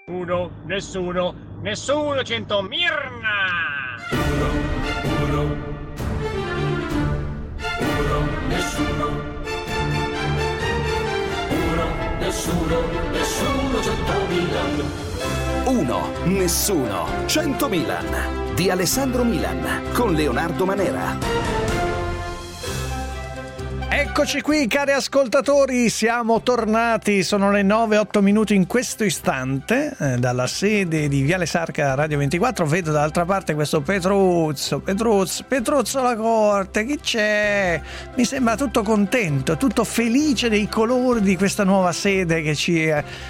Uno, nessuno, 100, Mirna! Uno, nessuno. Nessuno, 100 Milan. 1, nessuno, 100 Milan. Di Alessandro Milan, con Leonardo Manera. Eccoci qui, cari ascoltatori, siamo tornati, sono le 9:08 in questo istante, dalla sede di Viale Sarca Radio 24, vedo dall'altra parte questo Petruzzo la corte, chi c'è? Mi sembra tutto contento, tutto felice dei colori di questa nuova sede che ci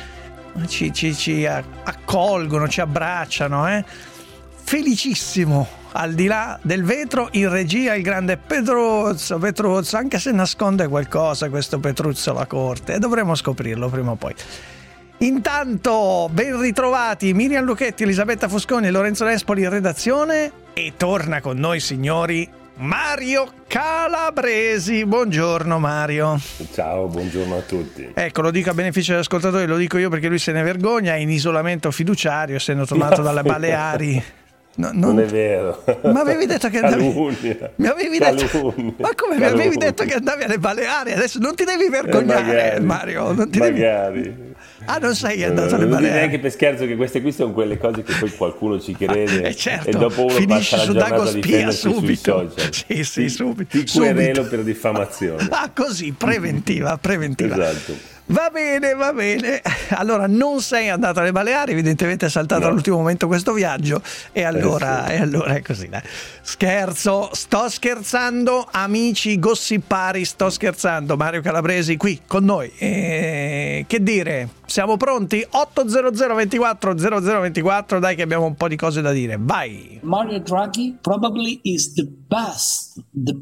accolgono, ci abbracciano, felicissimo. Al di là del vetro, in regia il grande Petruzzo, anche se nasconde qualcosa questo Petruzzo la corte, e dovremo scoprirlo prima o poi. Intanto, ben ritrovati Miriam Lucchetti, Elisabetta Fusconi e Lorenzo Nespoli in redazione, e torna con noi, signori, Mario Calabresi. Buongiorno Mario. Ciao, buongiorno a tutti. Ecco, lo dico a beneficio degli ascoltatori, lo dico io perché lui se ne vergogna, è in isolamento fiduciario, essendo tornato dalle Baleari. No, non è vero. Ma avevi detto che andavi. Mi avevi detto. Ma come mi avevi detto che andavi alle Baleari? Adesso non ti devi vergognare, Mario. Non ti magari. Non sei andato alle Baleari. Non neanche per scherzo che queste qui sono quelle cose che poi qualcuno ci crede certo. E dopo uno finisci passa su la giornata Dago a Spia difendersi subito. Sui social. Sì, subito. Ti querelo per diffamazione. Così, preventiva. Esatto. Va bene. Allora, non sei andato alle Baleari, evidentemente hai saltato all'ultimo momento questo viaggio, e allora è così, dai. Scherzo, sto scherzando, amici gossipari, sto scherzando. Mario Calabresi qui con noi. Che dire? Siamo pronti? 800 24 0024, dai che abbiamo un po' di cose da dire. Vai. Mario Draghi probably is the best.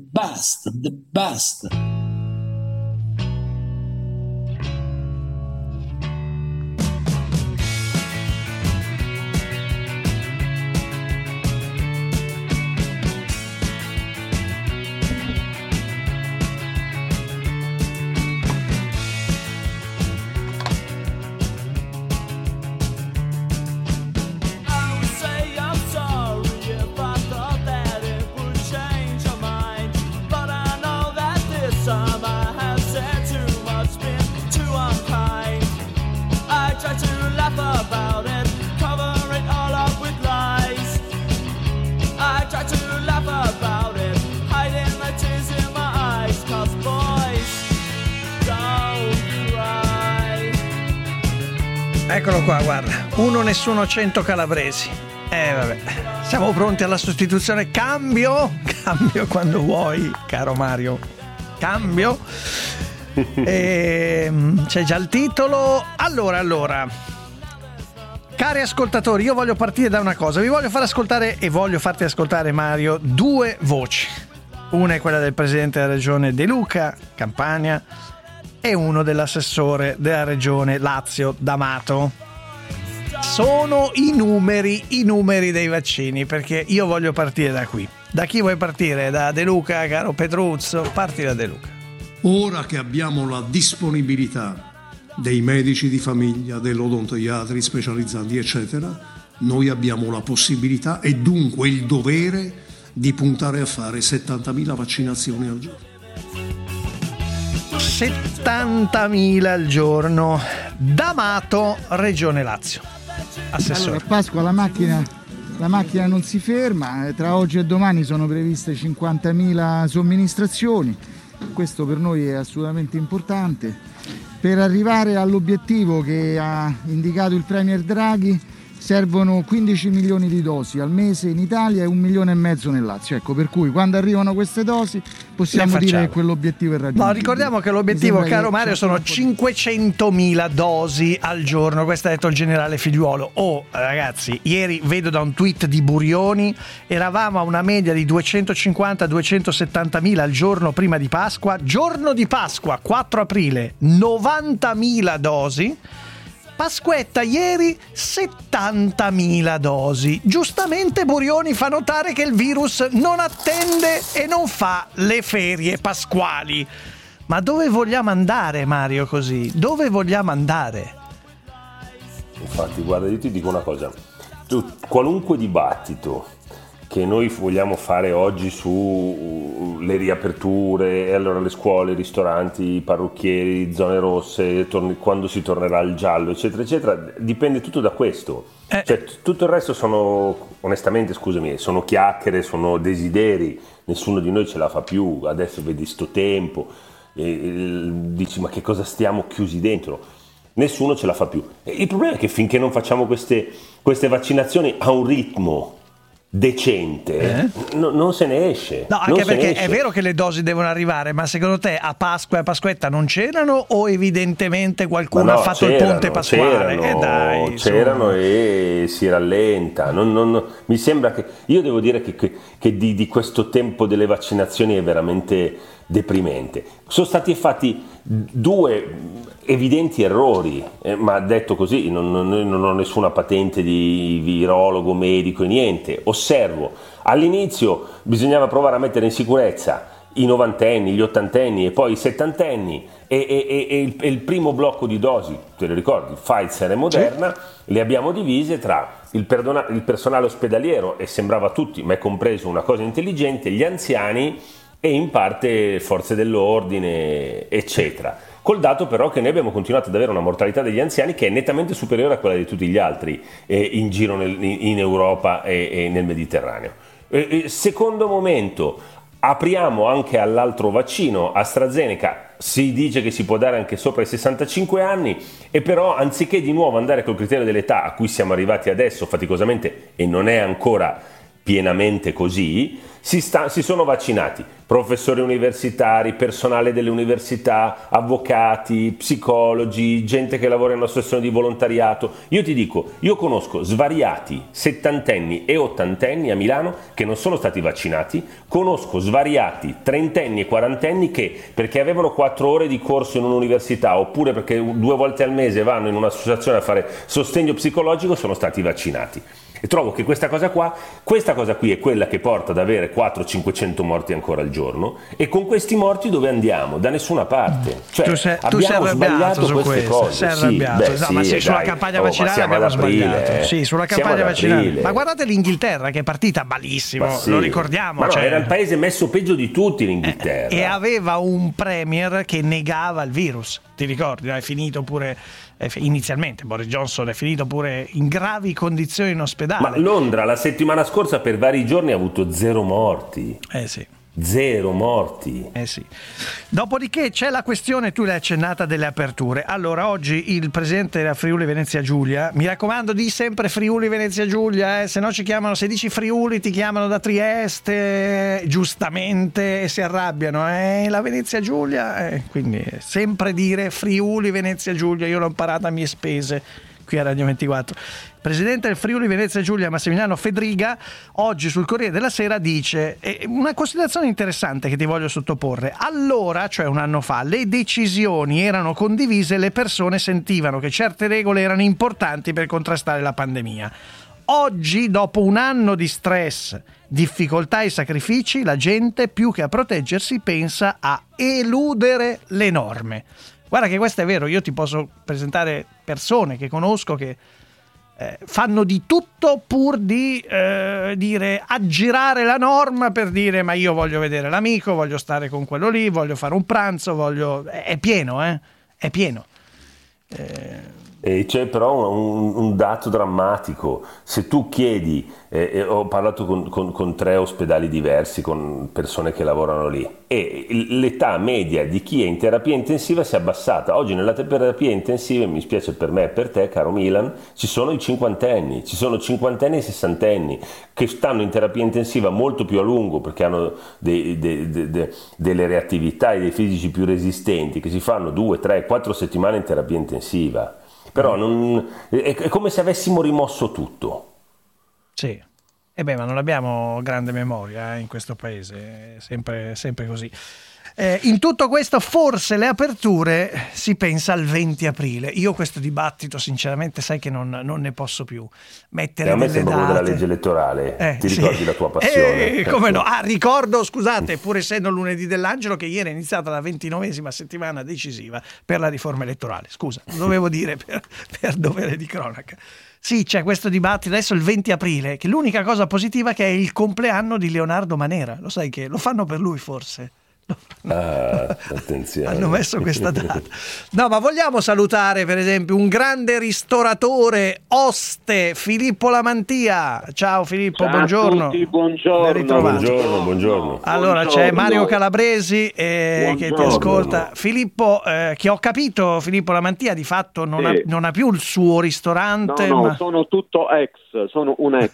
Eccolo qua, guarda, 1, nessuno, 100 Calabresi. Vabbè, siamo pronti alla sostituzione. Cambio quando vuoi, caro Mario. Cambio. C'è già il titolo. Allora, cari ascoltatori, io voglio partire da una cosa. Vi voglio far ascoltare e voglio farti ascoltare, Mario, due voci. Una è quella del presidente della regione De Luca, Campania, e uno dell'assessore della regione Lazio, D'Amato. Sono i numeri dei vaccini, perché io voglio partire da qui. Da chi vuoi partire? Da De Luca, caro Petruzzo? Parti da De Luca. Ora che abbiamo la disponibilità dei medici di famiglia, dell'odontoiatri specializzati, eccetera, noi abbiamo la possibilità e dunque il dovere di puntare a fare 70.000 vaccinazioni al giorno. 70.000 al giorno. D'Amato, Regione Lazio. Assessore. Allora, a Pasqua la macchina non si ferma, tra oggi e domani sono previste 50.000 somministrazioni, questo per noi è assolutamente importante. Per arrivare all'obiettivo che ha indicato il Premier Draghi servono 15 milioni di dosi al mese in Italia e 1,5 milioni nel Lazio. Ecco, per cui quando arrivano queste dosi possiamo dire che quell'obiettivo è raggiungibile. No, ricordiamo che l'obiettivo, caro Mario, sono 500.000 dosi al giorno. Questo ha detto il generale Figliuolo. Ragazzi, ieri vedo da un tweet di Burioni, eravamo a una media di 250-270.000 al giorno prima di Pasqua. Giorno di Pasqua, 4 aprile, 90.000 dosi. Pasquetta ieri 70.000 dosi. Giustamente Burioni fa notare che il virus non attende e non fa le ferie pasquali. Ma dove vogliamo andare, Mario, così? Dove vogliamo andare? Infatti, guarda, io ti dico una cosa, qualunque dibattito che noi vogliamo fare oggi su le riaperture, e allora le scuole, i ristoranti, i parrucchieri, zone rosse, quando si tornerà al giallo, eccetera, eccetera, dipende tutto da questo. Cioè, tutto il resto sono, onestamente, scusami, sono chiacchiere, sono desideri, nessuno di noi ce la fa più, adesso vedi sto tempo, dici ma che cosa stiamo chiusi dentro? Nessuno ce la fa più. Il problema è che finché non facciamo queste vaccinazioni a un ritmo decente, non se ne esce. No, anche perché è vero che le dosi devono arrivare, ma secondo te a Pasqua e a Pasquetta non c'erano, o evidentemente qualcuno ha fatto il ponte pasquale? C'erano e si rallenta. Mi sembra che, io devo dire che di questo tempo delle vaccinazioni è veramente deprimente. Sono stati fatti 2 evidenti errori, ma detto così, non ho nessuna patente di virologo, medico e niente. Osservo, all'inizio bisognava provare a mettere in sicurezza i 90enni, gli 80enni e poi i 70enni e il primo blocco di dosi, te lo ricordi, Pfizer e Moderna, sì, le abbiamo divise tra il personale ospedaliero, e sembrava a tutti, ma è compreso una cosa intelligente, gli anziani e in parte forze dell'ordine, eccetera. Col dato però che noi abbiamo continuato ad avere una mortalità degli anziani che è nettamente superiore a quella di tutti gli altri in giro in Europa e nel Mediterraneo. Secondo momento, apriamo anche all'altro vaccino, AstraZeneca, si dice che si può dare anche sopra i 65 anni, e però anziché di nuovo andare col criterio dell'età a cui siamo arrivati adesso faticosamente, e non è ancora pienamente così, si sono vaccinati professori universitari, personale delle università, avvocati, psicologi, gente che lavora in un'associazione di volontariato. Io ti dico, io conosco svariati 70enni e 80enni a Milano che non sono stati vaccinati, conosco svariati 30enni e 40enni che, perché avevano 4 ore di corso in un'università oppure perché 2 volte al mese vanno in un'associazione a fare sostegno psicologico, sono stati vaccinati. E trovo che questa cosa qui è quella che porta ad avere 400-500 morti ancora al giorno, e con questi morti dove andiamo? Da nessuna parte. Cioè, tu sei arrabbiato su questo, sei arrabbiato. Ma sì, sulla campagna vaccinale abbiamo sbagliato. Sì, sulla campagna vaccinale. Ma guardate l'Inghilterra che è partita malissimo, lo ricordiamo. Ma no, era il paese messo peggio di tutti l'Inghilterra. E aveva un premier che negava il virus. Ti ricordi? È finito pure inizialmente Boris Johnson è finito pure in gravi condizioni in ospedale. Ma Londra la settimana scorsa per vari giorni ha avuto 0 morti. Sì. 0 morti. Sì. Dopodiché c'è la questione, tu l'hai accennata, delle aperture. Allora, oggi il presidente della Friuli Venezia Giulia, mi raccomando, di sempre Friuli Venezia Giulia, se no ci chiamano, se dici Friuli ti chiamano da Trieste, giustamente, e si arrabbiano, la Venezia Giulia, quindi sempre dire Friuli Venezia Giulia, io l'ho imparata a mie spese qui a Radio 24. Presidente del Friuli Venezia Giulia Massimiliano Fedriga oggi sul Corriere della Sera dice una considerazione interessante che ti voglio sottoporre. Allora, cioè un anno fa, le decisioni erano condivise, le persone sentivano che certe regole erano importanti per contrastare la pandemia. Oggi, dopo un anno di stress, difficoltà e sacrifici, la gente più che a proteggersi pensa a eludere le norme. Guarda che questo è vero, io ti posso presentare persone che conosco che fanno di tutto pur di aggirare la norma per dire ma io voglio vedere l'amico, voglio stare con quello lì, voglio fare un pranzo, è pieno, è pieno. E c'è però un dato drammatico. Se tu chiedi, ho parlato con 3 ospedali diversi, con persone che lavorano lì, e l'età media di chi è in terapia intensiva si è abbassata. Oggi nella terapia intensiva, mi spiace per me e per te, caro Milan, ci sono i 50enni, ci sono 50enni e 60enni che stanno in terapia intensiva molto più a lungo perché hanno delle reattività e dei fisici più resistenti, che si fanno 2, 3, 4 settimane in terapia intensiva. Però è come se avessimo rimosso tutto. Sì, ma non abbiamo grande memoria in questo paese, è sempre così. In tutto questo forse le aperture si pensa al 20 aprile. Io questo dibattito sinceramente sai che non ne posso più mettere a me delle sembra quello date. della legge elettorale. Ti ricordi la tua passione? Come no? Ricordo, scusate, pur essendo lunedì dell'angelo, che ieri è iniziata la 29esima settimana decisiva per la riforma elettorale. Scusa, lo dovevo dire per dovere di cronaca. Sì, c'è questo dibattito adesso il 20 aprile, che l'unica cosa positiva è che è il compleanno di Leonardo Manera. Lo sai che lo fanno per lui forse? Attenzione. Hanno messo questa data. No, ma vogliamo salutare per esempio un grande ristoratore oste, Filippo Lamantia. Ciao Filippo, ciao buongiorno. A tutti, buongiorno. Buongiorno. Allora c'è Mario Calabresi che ti ascolta. Filippo, che ho capito, Filippo Lamantia di fatto non ha più il suo ristorante. No, sono tutto sono un ex.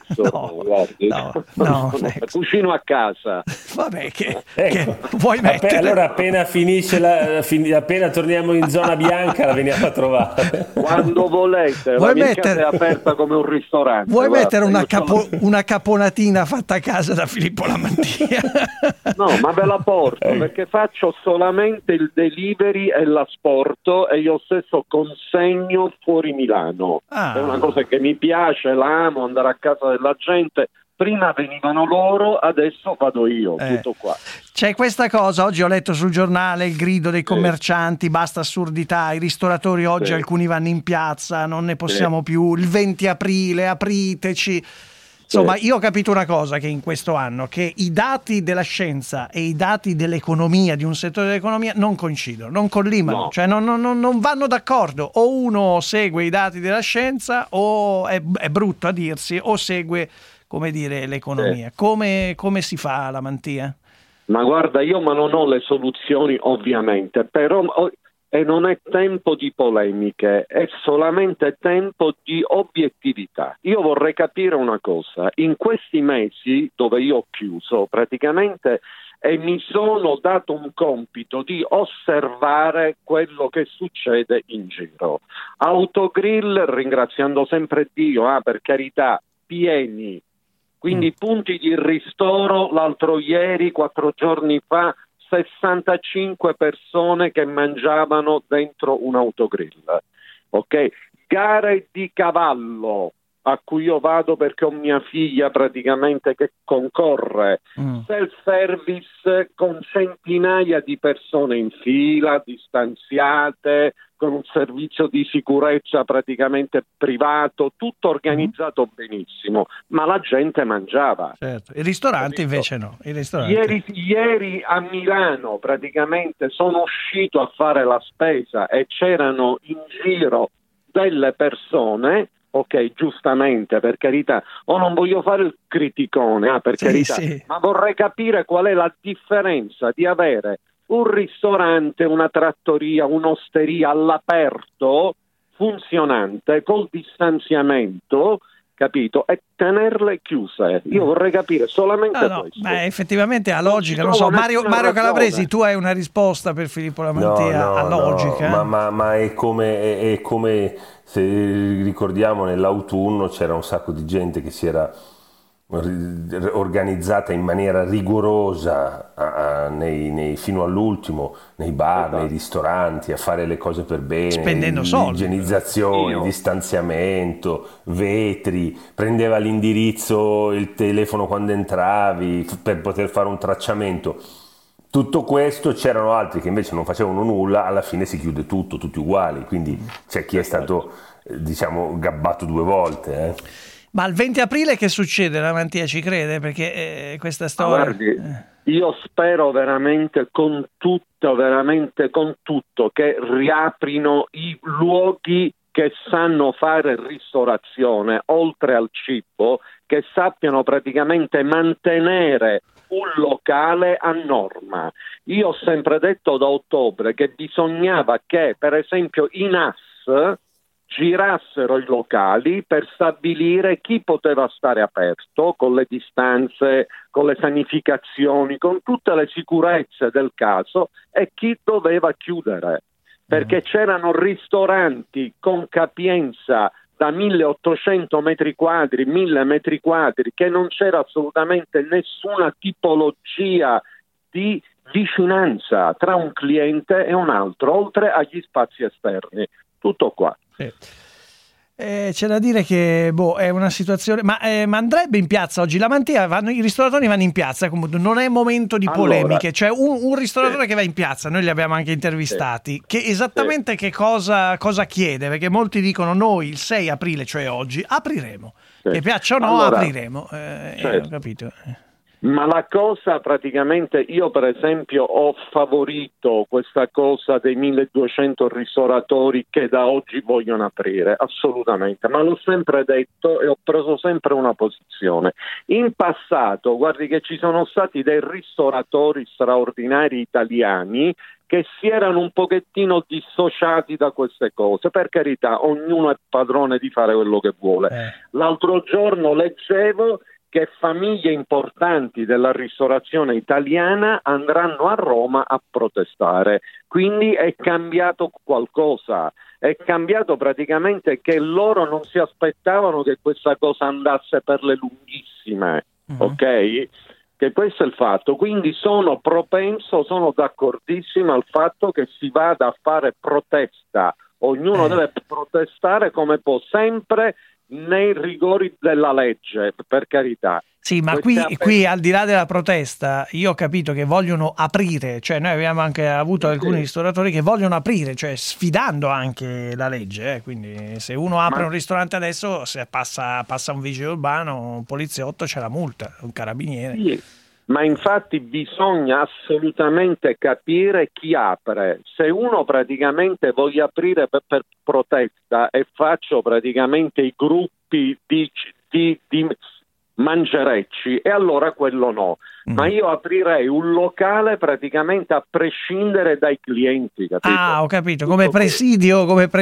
No, cucino a casa. Vabbè, che vuoi mettere? Allora appena finisce appena torniamo in zona bianca la veniamo a trovare. Quando volete, la mia casa è aperta come un ristorante. Vuoi mettere una caponatina fatta a casa da Filippo Lamantia? No, ma ve la porto perché faccio solamente il delivery e l'asporto e io stesso consegno fuori Milano. È una cosa che mi piace, l'amo, andare a casa della gente. Prima venivano loro, adesso vado io, tutto qua. C'è questa cosa, oggi ho letto sul giornale il grido dei commercianti, basta assurdità, i ristoratori oggi alcuni vanno in piazza, non ne possiamo più, il 20 aprile, apriteci. Insomma, io ho capito una cosa che in questo anno, che i dati della scienza e i dati dell'economia, di un settore dell'economia, non coincidono, non collimano, cioè non vanno d'accordo. O uno segue i dati della scienza o è brutto a dirsi, o segue, come dire, l'economia. Come si fa Lamantia? Ma guarda, io non ho le soluzioni ovviamente, però e non è tempo di polemiche, è solamente tempo di obiettività. Io vorrei capire una cosa, in questi mesi dove io ho chiuso praticamente e mi sono dato un compito di osservare quello che succede in giro. Autogrill, ringraziando sempre Dio, per carità, pieni. Quindi punti di ristoro, l'altro ieri, 4 giorni fa, 65 persone che mangiavano dentro un autogrill. Ok? Gare di cavallo a cui io vado perché ho mia figlia praticamente che concorre, self-service con centinaia di persone in fila, distanziate, con un servizio di sicurezza praticamente privato, tutto organizzato benissimo, ma la gente mangiava. Certo. I ristoranti invece no. I ristoranti. Ieri a Milano praticamente sono uscito a fare la spesa e c'erano in giro delle persone. Ok, giustamente, per carità, non voglio fare il criticone, per carità, ma vorrei capire qual è la differenza di avere un ristorante, una trattoria, un'osteria all'aperto, funzionante, col distanziamento, capito, e tenerle chiuse. Io vorrei capire solamente questo. Ma effettivamente ha logica, non so. Mario Calabresi, tu hai una risposta per Filippo Lamantia? Ha logica? Ma è come se ricordiamo nell'autunno c'era un sacco di gente che si era organizzata in maniera rigorosa fino all'ultimo nei bar, nei ristoranti, a fare le cose per bene, spendendo soldi, igienizzazione, distanziamento, vetri, prendeva l'indirizzo, il telefono quando entravi per poter fare un tracciamento. Tutto questo, c'erano altri che invece non facevano nulla, alla fine si chiude tutto, tutti uguali, quindi c'è chi è stato gabbato 2 volte. Ma il 20 aprile che succede? Lamantia ci crede? Perché questa storia... Guardi, io spero veramente con tutto che riaprino i luoghi che sanno fare ristorazione, oltre al cibo, che sappiano praticamente mantenere un locale a norma. Io ho sempre detto da ottobre che bisognava che, per esempio, i NAS girassero i locali per stabilire chi poteva stare aperto con le distanze, con le sanificazioni, con tutte le sicurezze del caso e chi doveva chiudere, perché c'erano ristoranti con capienza da 1800 metri quadri, 1000 metri quadri, che non c'era assolutamente nessuna tipologia di vicinanza tra un cliente e un altro, oltre agli spazi esterni. Tutto qua. C'è da dire che è una situazione, ma andrebbe in piazza oggi la Mantia, i ristoratori vanno in piazza, comunque non è momento di polemiche, cioè un ristoratore che va in piazza, noi li abbiamo anche intervistati, che esattamente che cosa chiede, perché molti dicono noi il 6 aprile, cioè oggi, apriremo, che piaccia o no apriremo, ho capito. Ma la cosa praticamente, io per esempio ho favorito questa cosa dei 1200 ristoratori che da oggi vogliono aprire, assolutamente, ma l'ho sempre detto e ho preso sempre una posizione. In passato, guardi che ci sono stati dei ristoratori straordinari italiani che si erano un pochettino dissociati da queste cose, per carità, ognuno è padrone di fare quello che vuole. L'altro giorno leggevo che famiglie importanti della ristorazione italiana andranno a Roma a protestare, quindi è cambiato qualcosa, è cambiato praticamente che loro non si aspettavano che questa cosa andasse per le lunghissime, ok? Che questo è il fatto, quindi sono propenso, sono d'accordissimo al fatto che si vada a fare protesta, ognuno deve protestare come può, sempre nei rigori della legge, per carità. Sì, ma qui al di là della protesta, io ho capito che vogliono aprire, cioè noi abbiamo anche avuto alcuni ristoratori che vogliono aprire, cioè sfidando anche la legge, quindi se uno apre un ristorante adesso, se passa un vigile urbano, un poliziotto, c'è la multa, un carabiniere. Sì. Ma infatti bisogna assolutamente capire chi apre. Se uno praticamente voglia aprire per protesta e faccio praticamente i gruppi di mangerecci, e allora quello no. Ma io aprirei un locale praticamente a prescindere dai clienti, capito? Ah, ho capito, come presidio,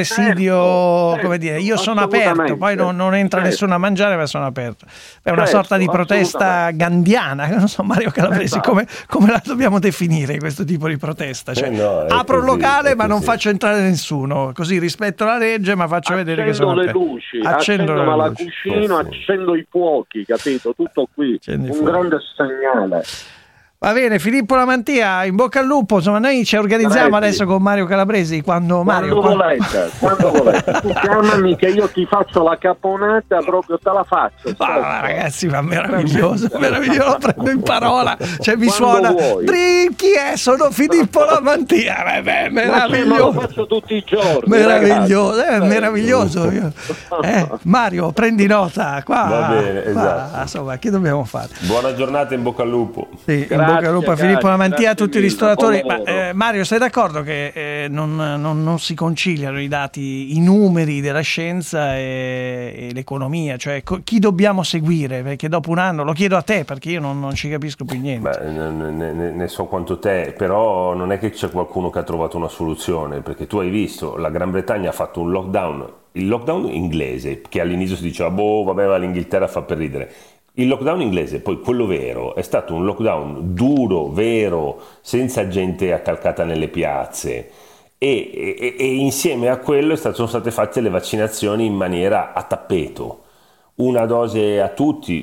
come dire, io sono aperto, poi non entra nessuno a mangiare, ma sono aperto. È una sorta di protesta gandhiana, non so, Mario Calabresi, come la dobbiamo definire questo tipo di protesta? Cioè, apro un locale ma non faccio entrare nessuno, così rispetto la legge, ma faccio vedere che sono aperto. Accendo la cucina, accendo i fuochi, capito? Tutto qui, un grande segnale. Va bene, Filippo Lamantia, in bocca al lupo. Insomma, noi ci organizziamo adesso con Mario Calabresi quando volete. Tu chiamami che io ti faccio la caponata, proprio te la faccio. Ragazzi, ma meraviglioso, lo prendo in parola, cioè mi suona chi è? Sono Filippo Lamantia, meraviglioso, lo faccio tutti i giorni, meraviglioso. Mario, prendi nota qua. Va bene, esatto. Insomma, che dobbiamo fare? Buona giornata, in bocca al lupo. Sì, in bocca al lupo a Filippo Lamantia, a tutti i ristoratori. Mario, sei d'accordo che non si conciliano i dati, i numeri della scienza e l'economia? Cioè, chi dobbiamo seguire? Perché dopo un anno, lo chiedo a te perché io non ci capisco più niente. Ne so quanto te, però non è che c'è qualcuno che ha trovato una soluzione, perché tu hai visto, la Gran Bretagna ha fatto un lockdown, il lockdown inglese, che all'inizio si diceva vabbè, l'Inghilterra fa per ridere. Il lockdown inglese, poi quello vero, è stato un lockdown duro, vero, senza gente accalcata nelle piazze, e insieme a quello sono state fatte le vaccinazioni in maniera a tappeto. Una dose a tutti.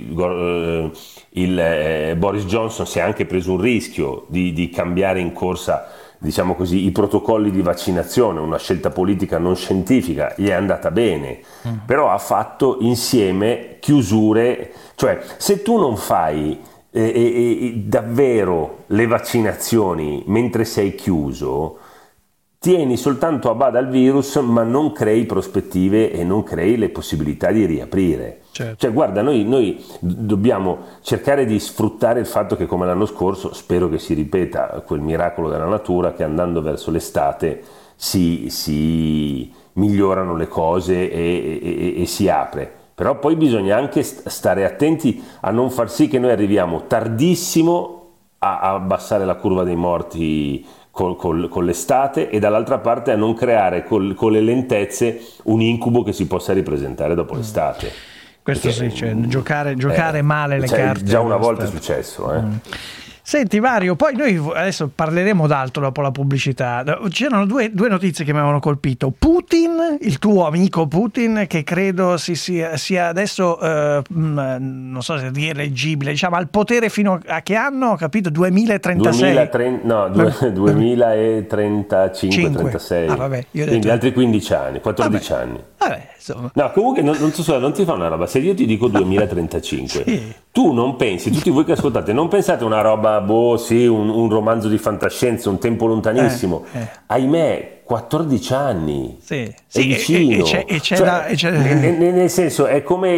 Boris Johnson si è anche preso un rischio di cambiare in corsa, diciamo così, i protocolli di vaccinazione, una scelta politica non scientifica, gli è andata bene, però ha fatto insieme chiusure, cioè se tu non fai davvero le vaccinazioni mentre sei chiuso, tieni soltanto a bada il virus, ma non crei prospettive e non crei le possibilità di riaprire. Certo. Cioè, guarda, noi dobbiamo cercare di sfruttare il fatto che, come l'anno scorso, spero che si ripeta quel miracolo della natura, che andando verso l'estate si migliorano le cose e si apre. Però poi bisogna anche stare attenti a non far sì che noi arriviamo tardissimo a abbassare la curva dei morti con l'estate, e dall'altra parte a non creare con le lentezze un incubo che si possa ripresentare dopo l'estate. Questo sì, cioè, giocare male le carte. Già una volta è successo. Senti Mario, poi noi adesso parleremo d'altro dopo la pubblicità. C'erano due notizie che mi avevano colpito. Putin, il tuo amico Putin, che credo sia adesso non so se è rieleggibile, diciamo al potere fino a che anno, ho capito, 2036? 2035-36. Vabbè, quindi altri 15 anni, 14 anni. Vabbè, insomma. No, comunque non ti fa una roba, se io ti dico 2035, sì. Tu non pensi, tutti voi che ascoltate, non pensate a una roba, un romanzo di fantascienza, un tempo lontanissimo. Ahimè, 14 anni, sì, è vicino. Nel senso, è come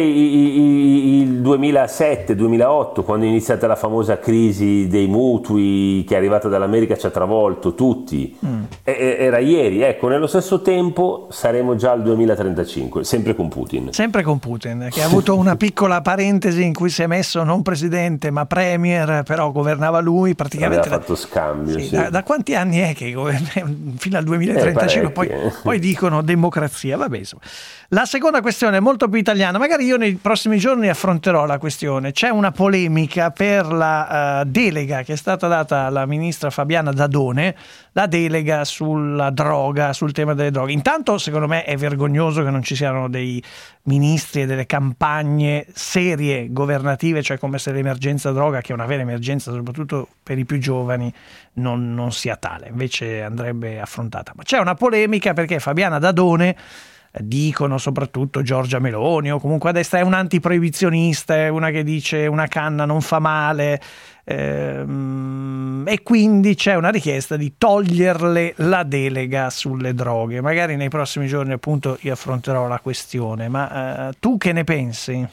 il 2007-2008, quando è iniziata la famosa crisi dei mutui che è arrivata dall'America, ci ha travolto tutti. Era ieri, ecco, nello stesso tempo saremo già al 2035, sempre con Putin. Sempre con Putin, che ha avuto una piccola parentesi in cui si è messo non presidente ma premier, però governava lui praticamente. Aveva fatto scambio. Sì. Da quanti anni è che governa? Fino al 2035, poi dicono democrazia, vabbè, insomma. La seconda questione è molto più italiana, magari io nei prossimi giorni affronterò la questione. C'è una polemica per la delega che è stata data alla ministra Fabiana Dadone, la delega sulla droga, sul tema delle droghe. Intanto secondo me è vergognoso che non ci siano dei ministri e delle campagne serie governative, cioè come se l'emergenza droga, che è una vera emergenza soprattutto per i più giovani, non sia tale, invece andrebbe affrontata. Ma c'è una polemica perché Fabiana Dadone, dicono soprattutto Giorgia Meloni o comunque a destra, è un antiproibizionista, è una che dice una canna non fa male, e quindi c'è una richiesta di toglierle la delega sulle droghe. Magari nei prossimi giorni appunto io affronterò la questione, ma tu che ne pensi?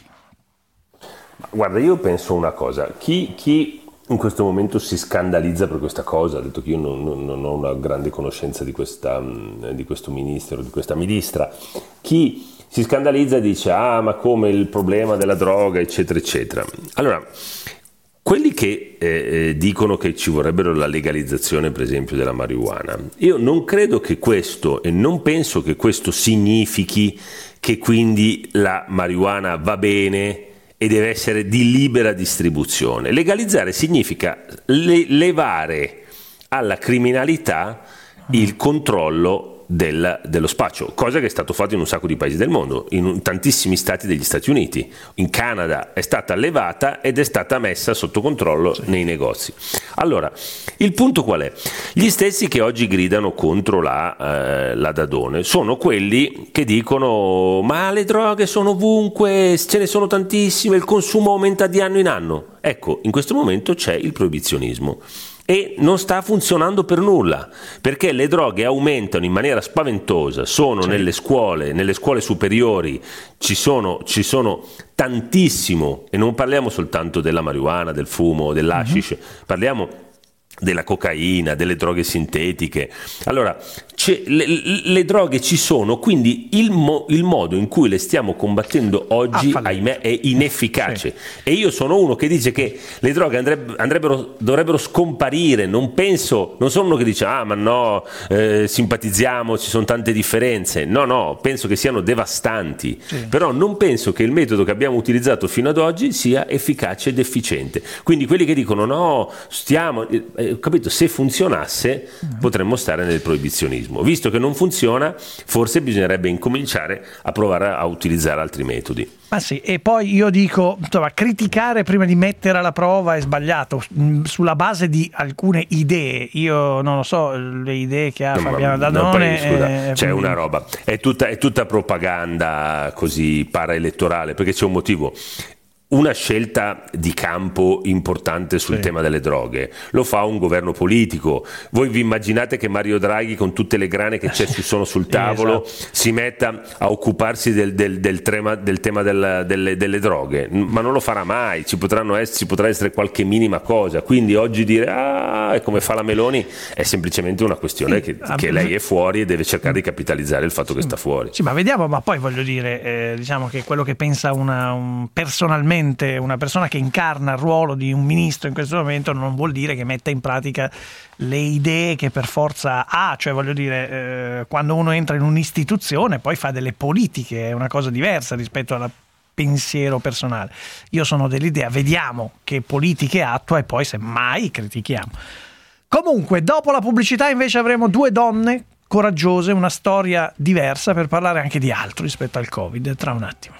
Guarda, io penso una cosa, chi in questo momento si scandalizza per questa cosa, ha detto che io non ho una grande conoscenza di questo ministro, di questa ministra, chi si scandalizza dice ma come il problema della droga eccetera eccetera. Allora, quelli che dicono che ci vorrebbero la legalizzazione per esempio della marijuana, io non credo che questo, e non penso che questo significhi che quindi la marijuana va bene e deve essere di libera distribuzione. Legalizzare significa levare alla criminalità il controllo dello spaccio, cosa che è stato fatto in un sacco di paesi del mondo, in tantissimi stati degli Stati Uniti. In Canada è stata levata ed è stata messa sotto controllo nei negozi. Allora, il punto qual è? Gli stessi che oggi gridano contro la Dadone sono quelli che dicono ma le droghe sono ovunque, ce ne sono tantissime, il consumo aumenta di anno in anno. Ecco, in questo momento c'è il proibizionismo e non sta funzionando per nulla, perché le droghe aumentano in maniera spaventosa, sono nelle scuole superiori, ci sono tantissimo, e non parliamo soltanto della marijuana, del fumo, dell'hashish, parliamo della cocaina, delle droghe sintetiche. Allora, le droghe ci sono, quindi il modo in cui le stiamo combattendo oggi, ahimè, è inefficace. Sì. E io sono uno che dice che le droghe dovrebbero scomparire. Non sono uno che dice ma no, simpatizziamo, ci sono tante differenze. No, penso che siano devastanti. Sì. Però non penso che il metodo che abbiamo utilizzato fino ad oggi sia efficace ed efficiente. Quindi quelli che dicono no, capito, se funzionasse potremmo stare nel proibizionismo. Visto che non funziona, forse bisognerebbe incominciare a provare a utilizzare altri metodi. Ma sì, e poi io dico, insomma, criticare prima di mettere alla prova è sbagliato, sulla base di alcune idee. Io non lo so, le idee che ha Fabiana Dadone. Scusa, c'è una roba, è tutta propaganda così paraelettorale, perché c'è un motivo. Una scelta di campo importante sul tema delle droghe lo fa un governo politico. Voi vi immaginate che Mario Draghi, con tutte le grane che sono sul tavolo, si metta a occuparsi del tema delle droghe? Ma non lo farà mai. Ci potrà essere qualche minima cosa. Quindi oggi dire è come fa la Meloni è semplicemente una questione che lei è fuori e deve cercare di capitalizzare il fatto che sta fuori. Sì, ma vediamo. Ma poi voglio dire, diciamo che quello che pensa personalmente una persona che incarna il ruolo di un ministro in questo momento non vuol dire che metta in pratica le idee che per forza ha, cioè voglio dire, quando uno entra in un'istituzione poi fa delle politiche, è una cosa diversa rispetto alla pensiero personale. Io sono dell'idea, vediamo che politiche attua e poi semmai critichiamo. Comunque, dopo la pubblicità invece avremo due donne coraggiose, una storia diversa per parlare anche di altro rispetto al Covid, tra un attimo.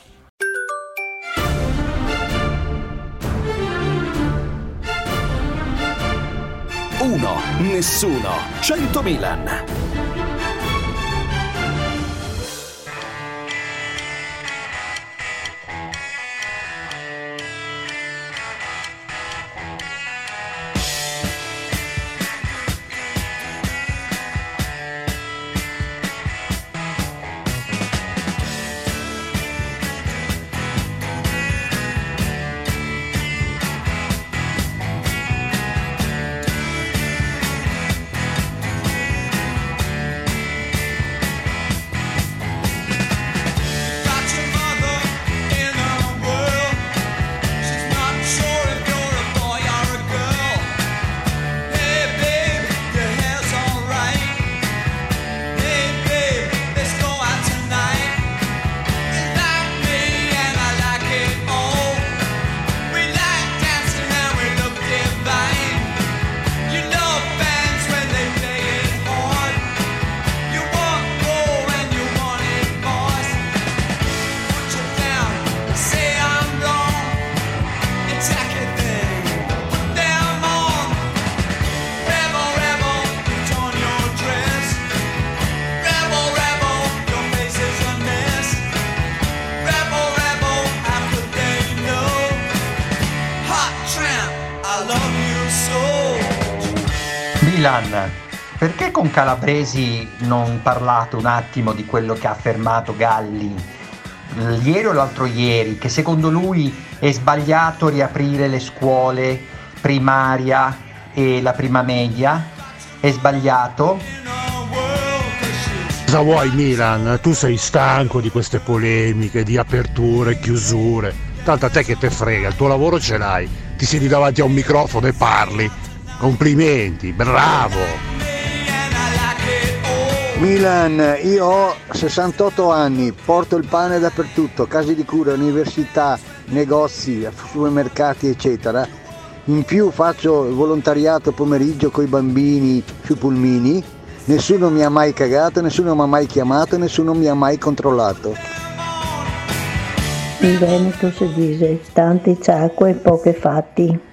Uno, nessuno, 100 Milan. Milan, perché con Calabresi non parlate un attimo di quello che ha affermato Galli ieri o l'altro ieri, che secondo lui è sbagliato riaprire le scuole primaria e la prima media? È sbagliato? Cosa vuoi Milan? Tu sei stanco di queste polemiche, di aperture e chiusure. Tanto a te che te frega, il tuo lavoro ce l'hai, ti siedi davanti a un microfono e parli. Complimenti, bravo! Milan, io ho 68 anni, porto il pane dappertutto, case di cura, università, negozi, supermercati eccetera. In più faccio volontariato pomeriggio coi bambini sui pulmini. Nessuno mi ha mai cagato, nessuno mi ha mai chiamato, nessuno mi ha mai controllato. In Veneto si dice tanti ciacque e poche fatti.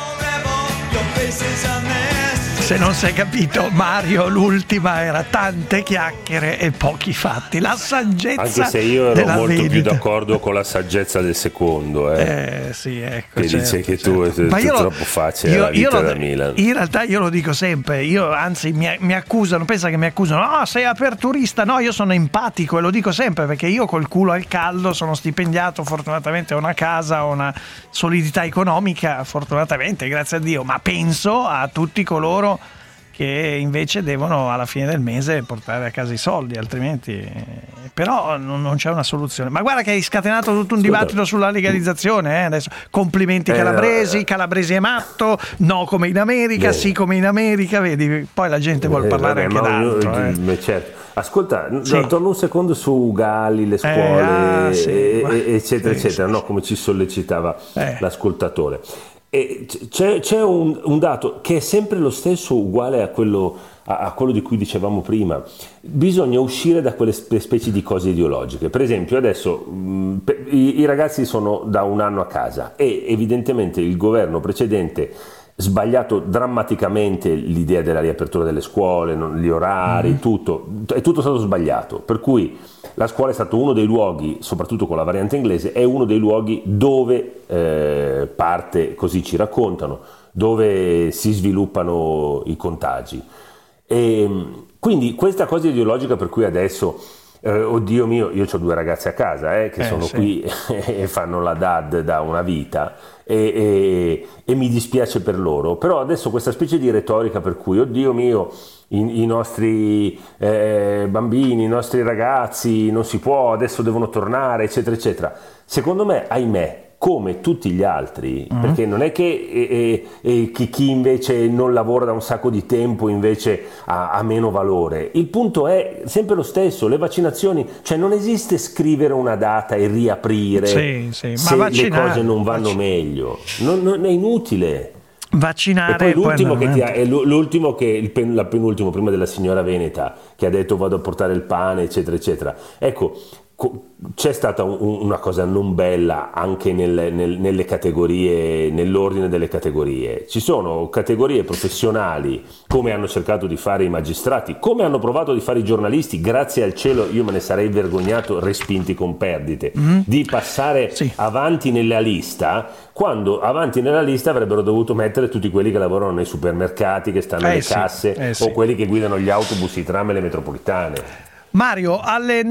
Se non si è capito, Mario, l'ultima era tante chiacchiere e pochi fatti. La saggezza. Anche se io ero molto vendita. più d'accordo con la saggezza del secondo, sì, ecco. Che certo, dice che certo. tu è troppo facile la vita da Milan. In realtà io lo dico sempre, anzi mi accusano, pensa che mi accusano, sei aperturista, no, io sono empatico e lo dico sempre perché io col culo al caldo sono stipendiato, fortunatamente ho una casa, ho una solidità economica, fortunatamente, grazie a Dio, ma penso a tutti coloro che invece devono alla fine del mese portare a casa i soldi, altrimenti però non c'è una soluzione. Ma guarda che hai scatenato tutto un dibattito sulla legalizzazione, adesso complimenti Calabresi, Calabresi è matto, no come in America, sì come in America, vedi, poi la gente vuol parlare anche d'altro. Certo. Ascolta, torno un secondo su Galli, le scuole, eccetera, eccetera, no, come ci sollecitava l'ascoltatore. E c'è un dato che è sempre lo stesso, uguale a quello di cui dicevamo prima. Bisogna uscire da quelle specie di cose ideologiche. Per esempio adesso i ragazzi sono da un anno a casa e evidentemente il governo precedente sbagliato drammaticamente l'idea della riapertura delle scuole, gli orari, tutto è stato sbagliato, per cui la scuola è stato uno dei luoghi, soprattutto con la variante inglese, è uno dei luoghi dove parte, così ci raccontano, dove si sviluppano i contagi. E quindi questa cosa ideologica per cui adesso oddio mio, io ho 2 ragazze a casa che sono qui e fanno la dad da una vita e mi dispiace per loro, però adesso questa specie di retorica per cui oddio mio i nostri bambini, i nostri ragazzi non si può, adesso devono tornare eccetera eccetera, secondo me ahimè come tutti gli altri, perché non è che chi invece non lavora da un sacco di tempo invece ha meno valore. Il punto è sempre lo stesso, le vaccinazioni, cioè non esiste scrivere una data e riaprire se le cose non vanno meglio, non è inutile. Vaccinare. E poi l'ultimo la penultimo prima della signora Veneta che ha detto vado a portare il pane eccetera eccetera, ecco, c'è stata una cosa non bella anche nelle categorie, nell'ordine delle categorie. Ci sono categorie professionali, come hanno cercato di fare i magistrati, come hanno provato di fare i giornalisti, grazie al cielo io me ne sarei vergognato, respinti con perdite, di passare avanti nella lista, quando avanti nella lista avrebbero dovuto mettere tutti quelli che lavorano nei supermercati, che stanno alle casse, o quelli che guidano gli autobus, i tram e le metropolitane. Mario, alle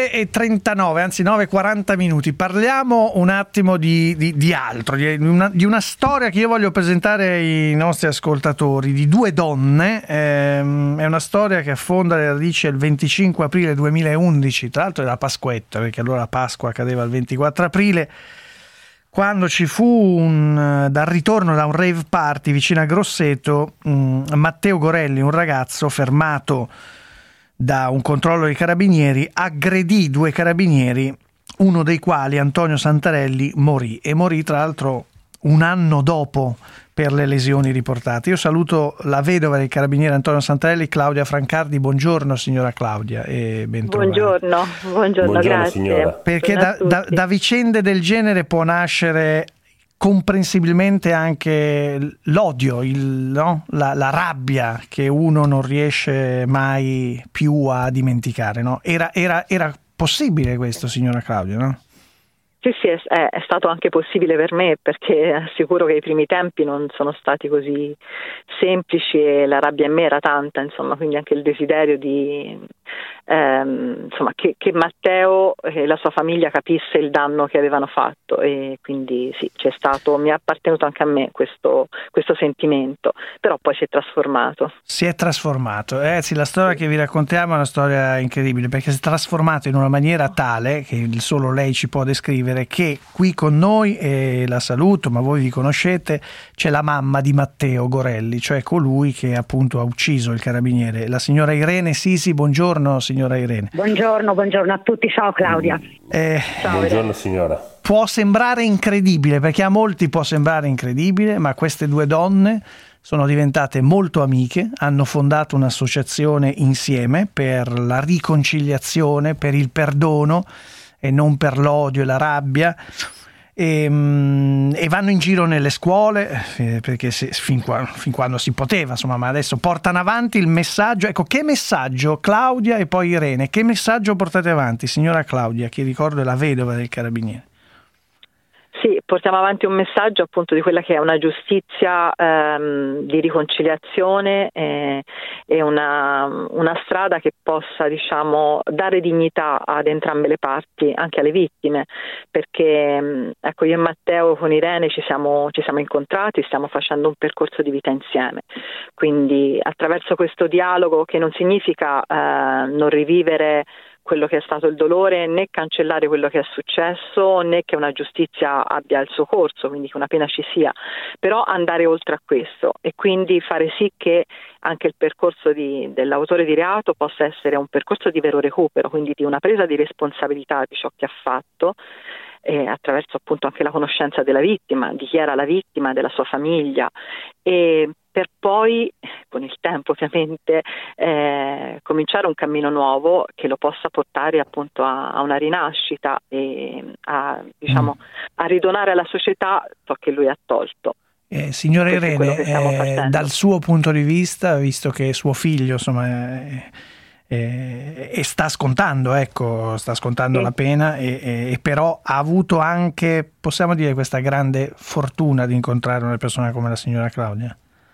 9:39, anzi 9:40 minuti, parliamo un attimo di altro, di una storia che io voglio presentare ai nostri ascoltatori, di due donne. È una storia che affonda le radici il 25 aprile 2011, tra l'altro è la Pasquetta, perché allora la Pasqua cadeva il 24 aprile, quando ci fu dal ritorno da un rave party vicino a Grosseto, Matteo Gorelli, un ragazzo fermato da un controllo dei carabinieri, aggredì due carabinieri, uno dei quali, Antonio Santarelli, morì tra l'altro un anno dopo per le lesioni riportate. Io saluto la vedova del carabiniere Antonio Santarelli, Claudia Francardi. Buongiorno signora Claudia e bentrovata. Buongiorno, grazie signora. Perché da vicende del genere può nascere comprensibilmente anche l'odio, la rabbia che uno non riesce mai più a dimenticare, no? Era possibile questo, signora Claudia, no? Sì, è stato anche possibile per me, perché assicuro che i primi tempi non sono stati così semplici e la rabbia in me era tanta, insomma, quindi anche il desiderio di che Matteo e la sua famiglia capisse il danno che avevano fatto, e quindi sì, mi è appartenuto anche a me questo sentimento, però poi si è trasformato. Sì, la storia che vi raccontiamo è una storia incredibile, perché si è trasformato in una maniera tale che solo lei ci può descrivere, che qui con noi, e la saluto, ma voi vi conoscete, c'è la mamma di Matteo Gorelli, cioè colui che appunto ha ucciso il carabiniere, la signora Irene Sisi. Buongiorno signora Irene. Buongiorno a tutti, ciao Claudia. Ciao, buongiorno signora. Può sembrare incredibile, perché a molti può sembrare incredibile, ma queste due donne sono diventate molto amiche, hanno fondato un'associazione insieme per la riconciliazione, per il perdono e non per l'odio e la rabbia, e vanno in giro nelle scuole, perché fin quando si poteva, insomma, ma adesso portano avanti il messaggio. Ecco, che messaggio, Claudia e poi Irene, che messaggio portate avanti, signora Claudia, che ricordo è la vedova del carabiniere? Sì, portiamo avanti un messaggio appunto di quella che è una giustizia di riconciliazione e una strada che possa, diciamo, dare dignità ad entrambe le parti, anche alle vittime, perché ecco, io e Matteo con Irene ci siamo incontrati, stiamo facendo un percorso di vita insieme, quindi attraverso questo dialogo, che non significa non rivivere quello che è stato il dolore, né cancellare quello che è successo, né che una giustizia abbia il suo corso, quindi che una pena ci sia, però andare oltre a questo e quindi fare sì che anche il percorso dell'autore di reato possa essere un percorso di vero recupero, quindi di una presa di responsabilità di ciò che ha fatto, attraverso appunto anche la conoscenza della vittima, di chi era la vittima, della sua famiglia, e per poi, con il tempo ovviamente, cominciare un cammino nuovo che lo possa portare appunto a una rinascita e a ridonare alla società ciò che lui ha tolto. Signora Irene, dal suo punto di vista, visto che suo figlio insomma sta scontando la pena, e però ha avuto anche, possiamo dire, questa grande fortuna di incontrare una persona come la signora Claudia.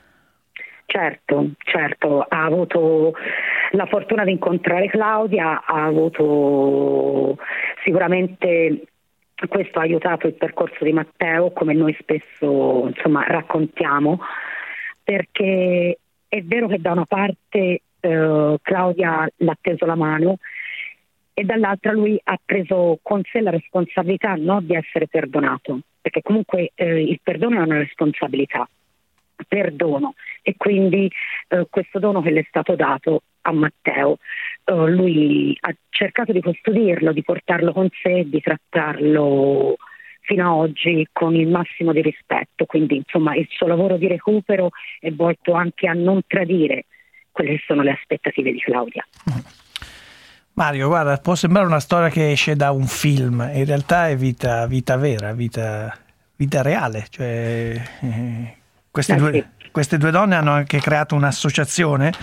Certo, ha avuto la fortuna di incontrare Claudia, ha avuto sicuramente, questo ha aiutato il percorso di Matteo, come noi spesso raccontiamo, perché è vero che da una parte Claudia l'ha teso la mano e dall'altra lui ha preso con sé la responsabilità di essere perdonato, perché comunque il perdono è una responsabilità. Perdono, e quindi questo dono che le è stato dato a Matteo, lui ha cercato di custodirlo, di portarlo con sé, di trattarlo fino a oggi con il massimo di rispetto, quindi insomma il suo lavoro di recupero è volto anche a non tradire quelle che sono le aspettative di Claudia. Mario, guarda, può sembrare una storia che esce da un film, in realtà è vita vera, vita reale, cioè queste due donne hanno anche creato un'associazione.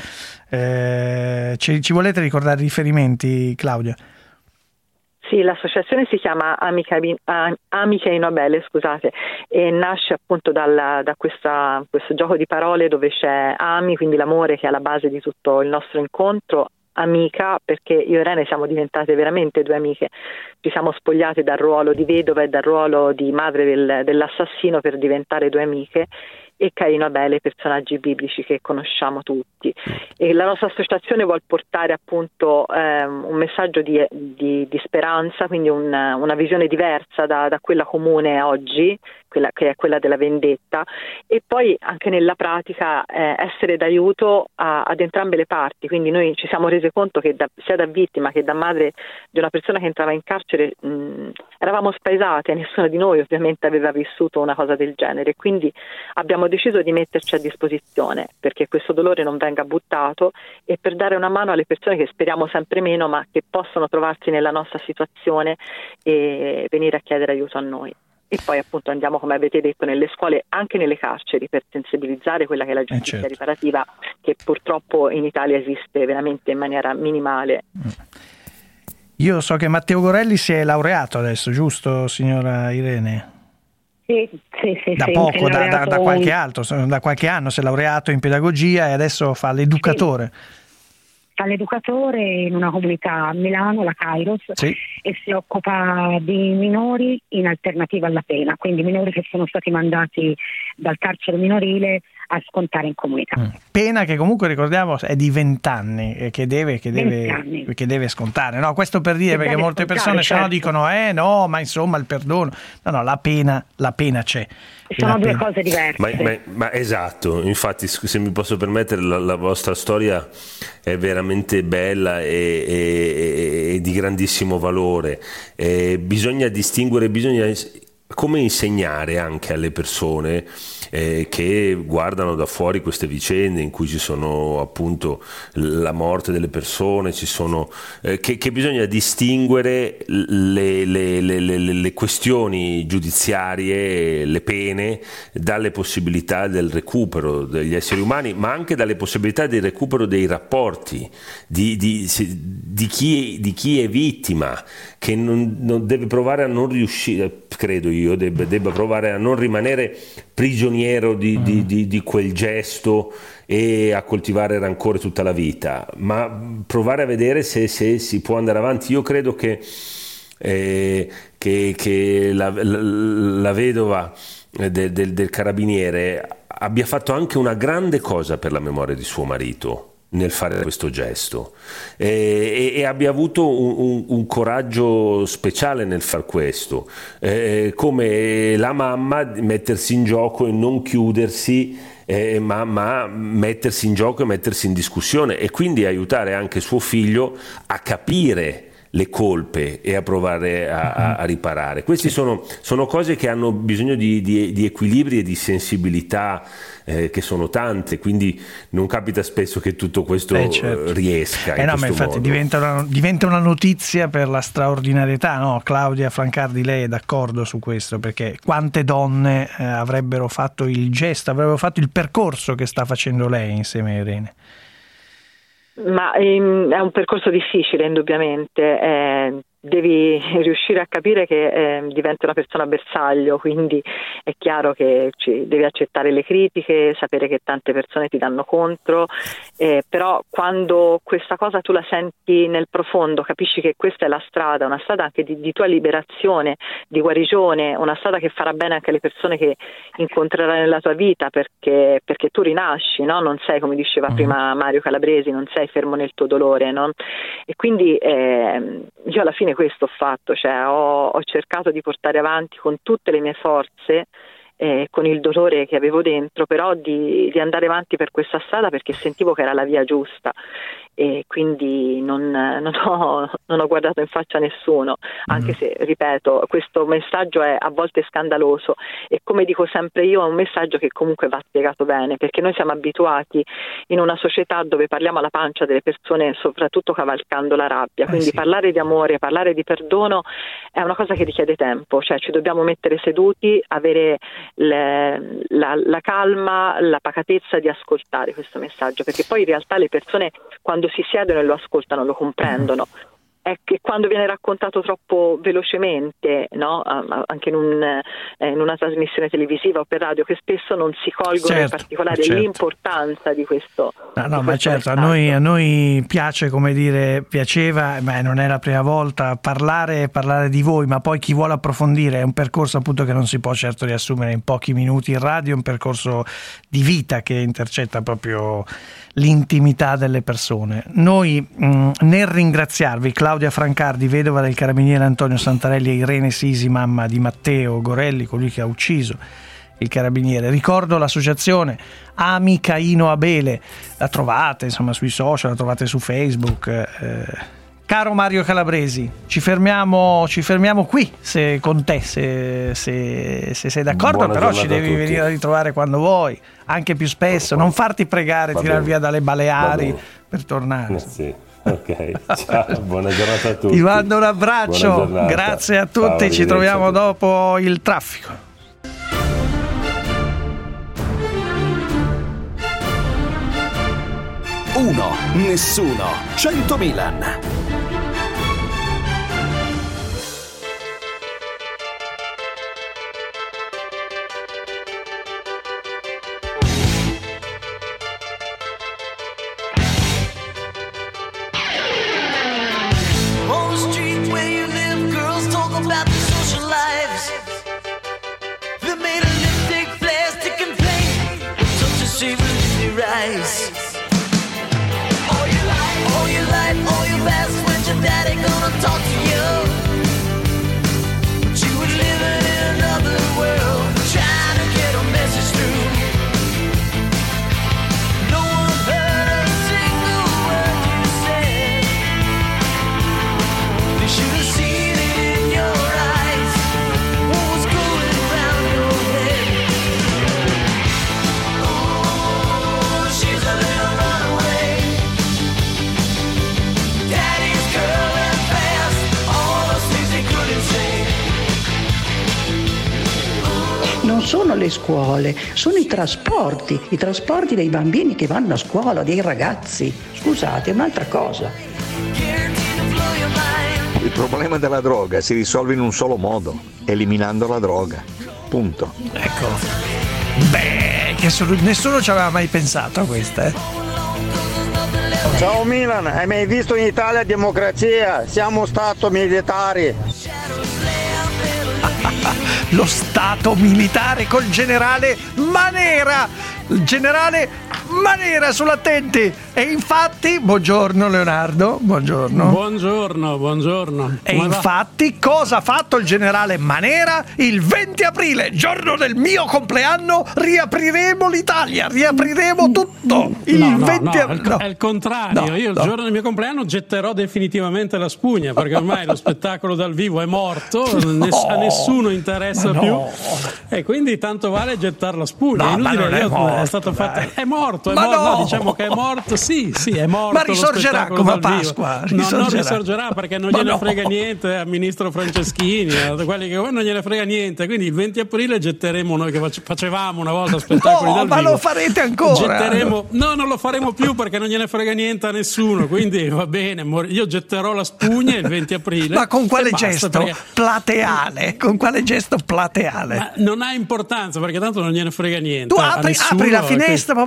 Ci volete ricordare i riferimenti, Claudia? Sì, l'associazione si chiama Amiche Nobele, scusate, e nasce appunto da questo gioco di parole dove c'è Ami, quindi l'amore che è alla base di tutto il nostro incontro, amica, perché io e Irene siamo diventate veramente due amiche, ci siamo spogliate dal ruolo di vedova e dal ruolo di madre dell'assassino per diventare due amiche, e Caino e Abele, personaggi biblici che conosciamo tutti. E la nostra associazione vuol portare appunto un messaggio di speranza, quindi una visione diversa da quella comune oggi, quella che è quella della vendetta, e poi anche nella pratica essere d'aiuto ad entrambe le parti. Quindi noi ci siamo resi conto che sia da vittima che da madre di una persona che entrava in carcere eravamo spaesate, nessuno di noi ovviamente aveva vissuto una cosa del genere, quindi abbiamo deciso di metterci a disposizione perché questo dolore non venga buttato e per dare una mano alle persone che speriamo sempre meno, ma che possono trovarsi nella nostra situazione e venire a chiedere aiuto a noi. E poi appunto andiamo, come avete detto, nelle scuole, anche nelle carceri, per sensibilizzare quella che è la giustizia riparativa, che purtroppo in Italia esiste veramente in maniera minimale. Io so che Matteo Gorelli si è laureato adesso, giusto, signora Irene? Sì. Da poco, da qualche anno si è laureato in pedagogia e adesso fa l'educatore. Fa l'educatore in una comunità a Milano, la Kairos, e si occupa di minori in alternativa alla pena, quindi minori che sono stati mandati dal carcere minorile a scontare in comunità. Pena che comunque ricordiamo è di 20 anni che deve scontare, no? Questo per dire, perché molte persone se no dicono no, ma insomma il perdono, no, la pena c'è. Sono due cose diverse. Ma esatto, infatti, se mi posso permettere, la vostra storia è veramente bella e di grandissimo valore. Bisogna distinguere, come insegnare anche alle persone che guardano da fuori queste vicende in cui ci sono appunto la morte delle persone, ci sono che bisogna distinguere le questioni giudiziarie, le pene, dalle possibilità del recupero degli esseri umani, ma anche dalle possibilità del recupero dei rapporti di chi è vittima, che non deve provare a non riuscire, credo io, debba provare a non rimanere prigioniero di quel gesto e a coltivare rancore tutta la vita, ma provare a vedere se si può andare avanti. Io credo che la vedova del carabiniere abbia fatto anche una grande cosa per la memoria di suo marito nel fare questo gesto e abbia avuto un coraggio speciale nel far questo, come la mamma, mettersi in gioco e non chiudersi, ma mettersi in gioco e mettersi in discussione, e quindi aiutare anche suo figlio a capire le colpe e a provare a riparare. Queste sono cose che hanno bisogno di equilibri e di sensibilità, che sono tante, quindi non capita spesso che tutto questo riesca in ma infatti diventa una notizia per la straordinarietà, no? Claudia Francardi, lei è d'accordo su questo? Perché quante donne avrebbero fatto il gesto, avrebbero fatto il percorso che sta facendo lei insieme a Irene? Ma è un percorso difficile, indubbiamente. Devi riuscire a capire che diventi una persona bersaglio, quindi è chiaro che devi accettare le critiche, sapere che tante persone ti danno contro, però quando questa cosa tu la senti nel profondo, capisci che questa è la strada, una strada anche di tua liberazione, di guarigione, una strada che farà bene anche alle persone che incontrerai nella tua vita, perché tu rinasci, no? Non sei, come diceva prima Mario Calabresi, non sei fermo nel tuo dolore, no? E quindi io alla fine fine questo ho fatto, cioè ho cercato di portare avanti con tutte le mie forze, con il dolore che avevo dentro, però di andare avanti per questa strada, perché sentivo che era la via giusta, e quindi non ho guardato in faccia a nessuno, anche se, ripeto, questo messaggio è a volte scandaloso, e come dico sempre io, è un messaggio che comunque va spiegato bene, perché noi siamo abituati in una società dove parliamo alla pancia delle persone, soprattutto cavalcando la rabbia, quindi parlare di amore, parlare di perdono è una cosa che richiede tempo, cioè ci dobbiamo mettere seduti, avere la calma, la pacatezza di ascoltare questo messaggio, perché poi in realtà le persone, quando si siedono e lo ascoltano, lo comprendono. È che quando viene raccontato troppo velocemente, no? Anche in una trasmissione televisiva o per radio, che spesso non si colgono in particolare l'importanza di questo. Ma certo, a noi piace, come dire, piaceva, ma non è la prima volta, parlare di voi, ma poi chi vuole approfondire è un percorso appunto che non si può certo riassumere in pochi minuti in radio, è un percorso di vita che intercetta proprio l'intimità delle persone. Noi nel ringraziarvi, Claudia Francardi, vedova del carabiniere Antonio Santarelli, e Irene Sisi, mamma di Matteo Gorelli, colui che ha ucciso il carabiniere. Ricordo l'associazione Ami Caino Abele, la trovate insomma sui social, la trovate su Facebook. Caro Mario Calabresi, ci fermiamo qui con te, se sei d'accordo. Buona però ci giornata devi venire a ritrovare quando vuoi, anche più spesso, non farti pregare, tirar via dalle Baleari per tornare. Sì. Ok, ciao, buona giornata a tutti. Ti mando un abbraccio, grazie a tutti, ciao, ci troviamo dopo il traffico. Uno, nessuno, 100 Milan. Non sono le scuole, sono i trasporti dei bambini che vanno a scuola, dei ragazzi. Scusate, è un'altra cosa. Il problema della droga si risolve in un solo modo, eliminando la droga. Punto. Ecco. Beh, che nessuno ci aveva mai pensato a questa, Ciao Milan, hai mai visto in Italia democrazia? Siamo stato militari. Lo stato militare col generale Manera. Il generale Manera sull'attenti. E infatti, buongiorno Leonardo, buongiorno. Buongiorno. E infatti cosa ha fatto il generale Manera? Il 20 aprile, giorno del mio compleanno, riapriremo l'Italia, riapriremo tutto. È il contrario. Io il giorno del mio compleanno getterò definitivamente la spugna, perché ormai lo spettacolo dal vivo è morto, a nessuno interessa più, e quindi tanto vale gettare la spugna. È stato fatto. È morto. No, diciamo che è morto. Sì, è morto. Ma risorgerà come a Pasqua. Non risorgerà perché non gliene frega niente al ministro Franceschini, a quelli che non gliene frega niente. Quindi il 20 aprile getteremo, noi che facevamo una volta spettacoli dal vivo. Ma lo farete ancora? Non lo faremo più perché non gliene frega niente a nessuno. Quindi va bene, io getterò la spugna il 20 aprile. Ma con quale gesto? Plateale? Con quale gesto plateale? Ma non ha importanza perché tanto non gliene frega niente. Tu apri la finestra, papà,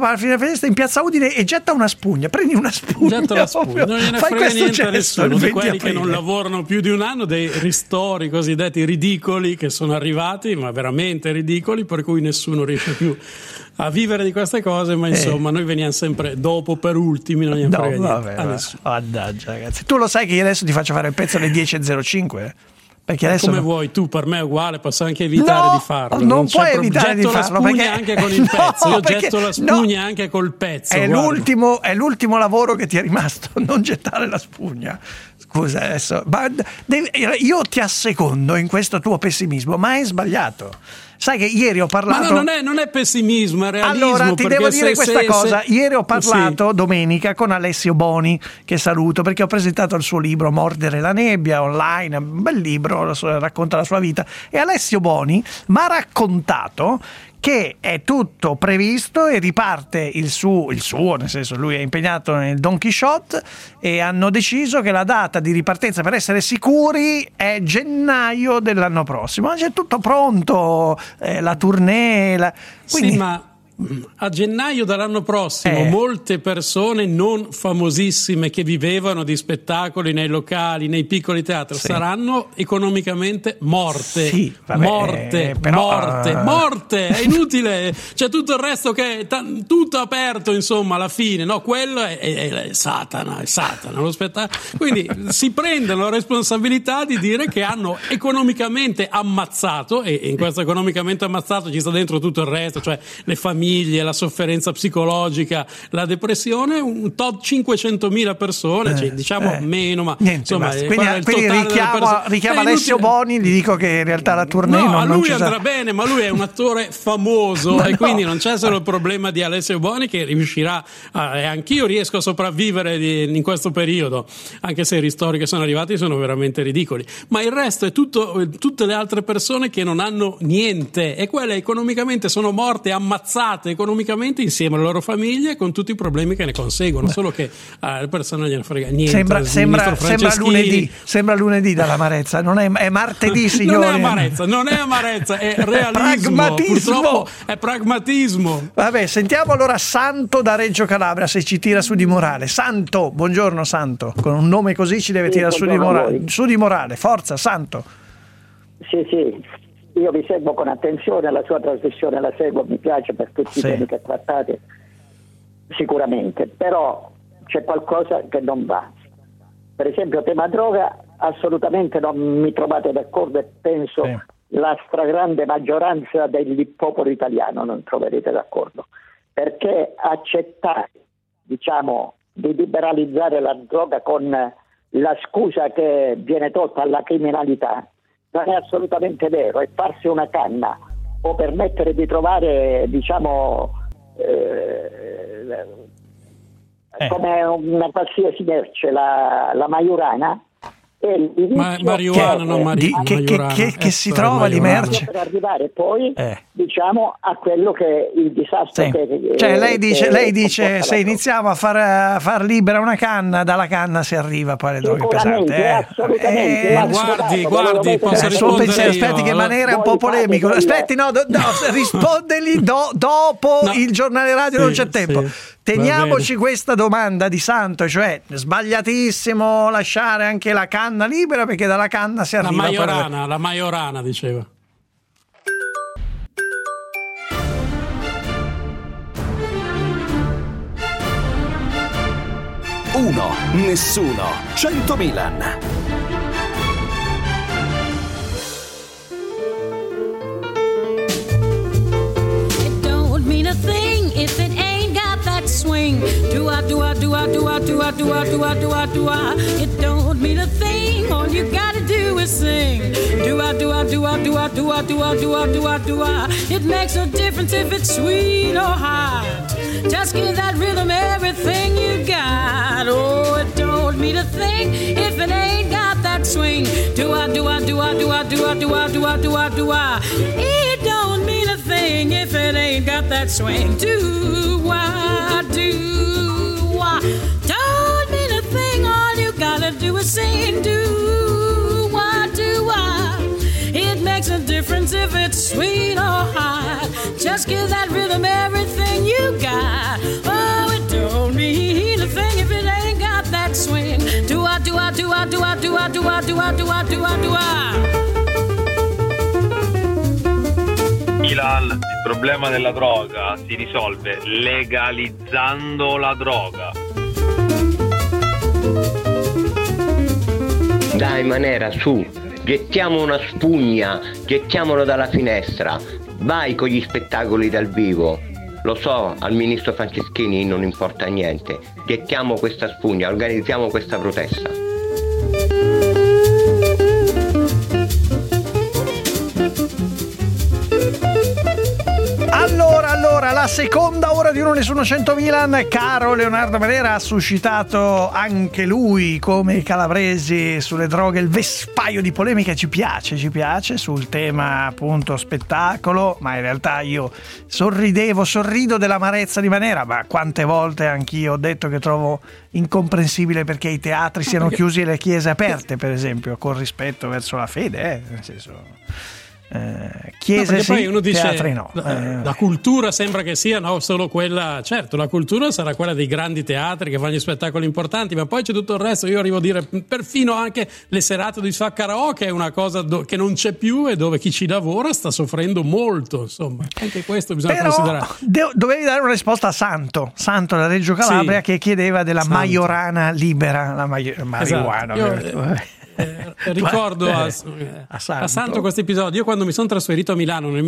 festa in piazza Udine e getta una spugna, prendi una spugna, getta la spugna. Non gliene frega niente a nessuno di quelli che non lavorano più di un anno, dei ristori cosiddetti ridicoli che sono arrivati, ma veramente ridicoli, per cui nessuno riesce più a vivere di queste cose, ma insomma noi veniamo sempre dopo per ultimi, non gliene frega niente a nessuno. Mannaggia, ragazzi, tu lo sai che io adesso ti faccio fare il pezzo alle 10.05? Perché adesso come vuoi, tu per me è uguale, posso anche evitare di farlo. Non puoi evitare di farlo. Getto la spugna anche con il pezzo. Io getto la spugna anche col pezzo. È l'ultimo lavoro che ti è rimasto, non gettare la spugna. Scusa adesso, ma io ti assecondo in questo tuo pessimismo, ma è sbagliato. Sai che ieri ho parlato. Ma non è pessimismo, è realismo. Allora ti devo dire questa cosa. Ieri ho parlato domenica con Alessio Boni, che saluto, perché ho presentato il suo libro Mordere la nebbia online, un bel libro, racconta la sua vita. E Alessio Boni mi ha raccontato che è tutto previsto e riparte il suo, nel senso lui è impegnato nel Don Quixote e hanno deciso che la data di ripartenza, per essere sicuri, è gennaio dell'anno prossimo. C'è tutto pronto, la tournée. Quindi... Sì, ma a gennaio dell'anno prossimo molte persone non famosissime che vivevano di spettacoli nei locali, nei piccoli teatri, saranno economicamente morte. Sì, vabbè, morte, è inutile, c'è tutto il resto che è tutto aperto, insomma, alla fine, no? Quello è Satana, lo spettacolo. Quindi si prendono la responsabilità di dire che hanno economicamente ammazzato, e in questo economicamente ammazzato ci sta dentro tutto il resto, cioè le famiglie, la sofferenza psicologica, la depressione, un tot 500.000 persone, cioè, diciamo meno, ma niente, insomma, quindi richiama Alessio Boni, gli dico che in realtà la tournée a lui non andrà bene, ma lui è un attore famoso e quindi non c'è solo il problema di Alessio Boni, che riuscirà e anch'io riesco a sopravvivere in questo periodo, anche se i ristori che sono arrivati sono veramente ridicoli, ma il resto è tutte le altre persone che non hanno niente e quelle economicamente sono morte, ammazzate economicamente insieme alle loro famiglie, con tutti i problemi che ne conseguono. Solo che alle persone non gliene frega niente. Sembra lunedì dall'amarezza, non è martedì, signori. Non è amarezza, è realismo. Purtroppo è pragmatismo. Vabbè, sentiamo allora Santo da Reggio Calabria, se ci tira su di morale. Santo, buongiorno Santo, con un nome così ci deve tirare su di morale. Forza Santo. Sì. Io vi seguo con attenzione, la sua trasmissione la seguo, mi piace per tutti i temi che trattate, sicuramente, però c'è qualcosa che non va. Per esempio tema droga, assolutamente non mi trovate d'accordo e penso la stragrande maggioranza del popolo italiano non troverete d'accordo, perché accettare, diciamo, di liberalizzare la droga con la scusa che viene tolta alla criminalità non è assolutamente vero, e farsi una canna o permettere di trovare, diciamo, come una qualsiasi merce la maiorana, marijuana, non marijuana, che si trova di merce per arrivare poi diciamo a quello che il disastro cioè lei dice se iniziamo a far libera una canna, dalla canna si arriva poi alle droghe pesanti. Assolutamente. Guardi, posso rispondere aspetti che maniera è un po' polemico, aspetti, no, rispondeli dopo il giornale radio, non c'è tempo. Teniamoci questa domanda di Santo, cioè sbagliatissimo lasciare anche la canna libera, perché dalla canna si arriva la maiorana diceva. Uno, nessuno, 100 Milan. It don't mean a thing if it ain't got that swing. Do I. It don't mean a thing. All you gotta do is sing. Do I. It makes no difference if it's sweet or hot. Just give that rhythm everything you got. Oh, it don't mean a thing if it ain't got that swing. Do I. It don't mean a thing if it ain't got that swing. Do I. Don't mean a thing, all you gotta do is sing. Do I. It makes a difference if it's sweet or hot. Just give that rhythm everything you got. Oh, Milan, il problema della droga si risolve legalizzando la droga. Dai Manera, su, gettiamo una spugna, gettiamolo dalla finestra, vai con gli spettacoli dal vivo. Lo so, al ministro Franceschini non importa niente, gettiamo questa spugna, organizziamo questa protesta. Allora, la seconda ora di 1 Nessuno 100 Milan, caro Leonardo Manera, ha suscitato anche lui, come i calabresi sulle droghe, il vespaio di polemiche. Ci piace sul tema appunto spettacolo, ma in realtà io sorrido dell'amarezza di Manera, ma quante volte anch'io ho detto che trovo incomprensibile perché i teatri siano chiusi e le chiese aperte, per esempio, con rispetto verso la fede, nel senso... chiese no, sì, poi uno dice, teatri no. La cultura sembra che sia solo quella, certo, la cultura sarà quella dei grandi teatri che fanno gli spettacoli importanti, ma poi c'è tutto il resto. Io arrivo a dire perfino anche le serate di karaoke è una cosa che non c'è più e dove chi ci lavora sta soffrendo molto, insomma, anche questo bisogna considerare. Dovevi dare una risposta a Santo da Reggio Calabria, sì, che chiedeva della Majorana libera, la marijuana. Esatto. Ricordo a Santo questo episodio. Io quando mi sono trasferito a Milano nel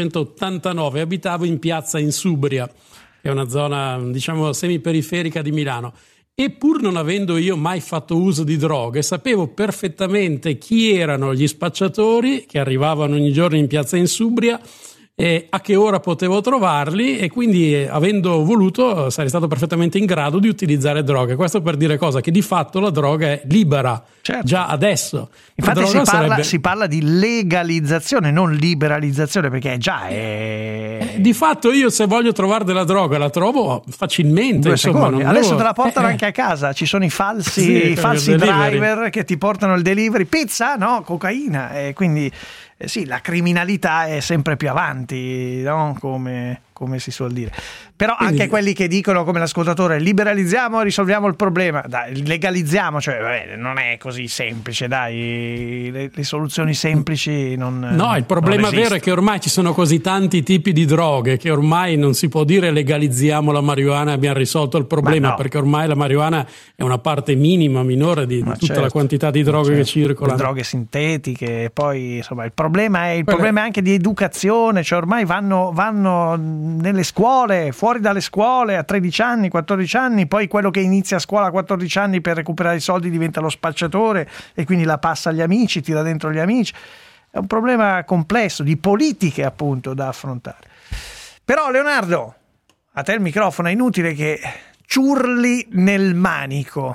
1989 abitavo in piazza Insubria, che è una zona diciamo semiperiferica di Milano, e pur non avendo io mai fatto uso di droghe sapevo perfettamente chi erano gli spacciatori che arrivavano ogni giorno in piazza Insubria e a che ora potevo trovarli, e quindi avendo voluto sarei stato perfettamente in grado di utilizzare droghe. Questo per dire cosa? Che di fatto la droga è libera, certo, già adesso. Infatti si parla di legalizzazione, non liberalizzazione, perché già è... Di fatto io se voglio trovare della droga la trovo facilmente. Adesso te la portano anche a casa, ci sono i falsi driver che ti portano il delivery, pizza, no, cocaina, e quindi... sì, la criminalità è sempre più avanti, no? Come si suol dire. Però anche quelli che dicono, come l'ascoltatore, liberalizziamo, risolviamo il problema, dai, legalizziamo, cioè non è così semplice, dai, le soluzioni semplici non... No, il problema vero è che ormai ci sono così tanti tipi di droghe che ormai non si può dire legalizziamo la marijuana e abbiamo risolto il problema, perché ormai la marijuana è una parte minore di tutta la quantità di droghe che circolano. Le droghe sintetiche, poi insomma il problema è anche di educazione, cioè ormai vanno nelle scuole, fuori dalle scuole a 13 anni, 14 anni, poi quello che inizia a scuola a 14 anni per recuperare i soldi diventa lo spacciatore e quindi la passa agli amici, tira dentro gli amici. È un problema complesso di politiche appunto da affrontare. Però Leonardo, a te il microfono, è inutile che ciurli nel manico.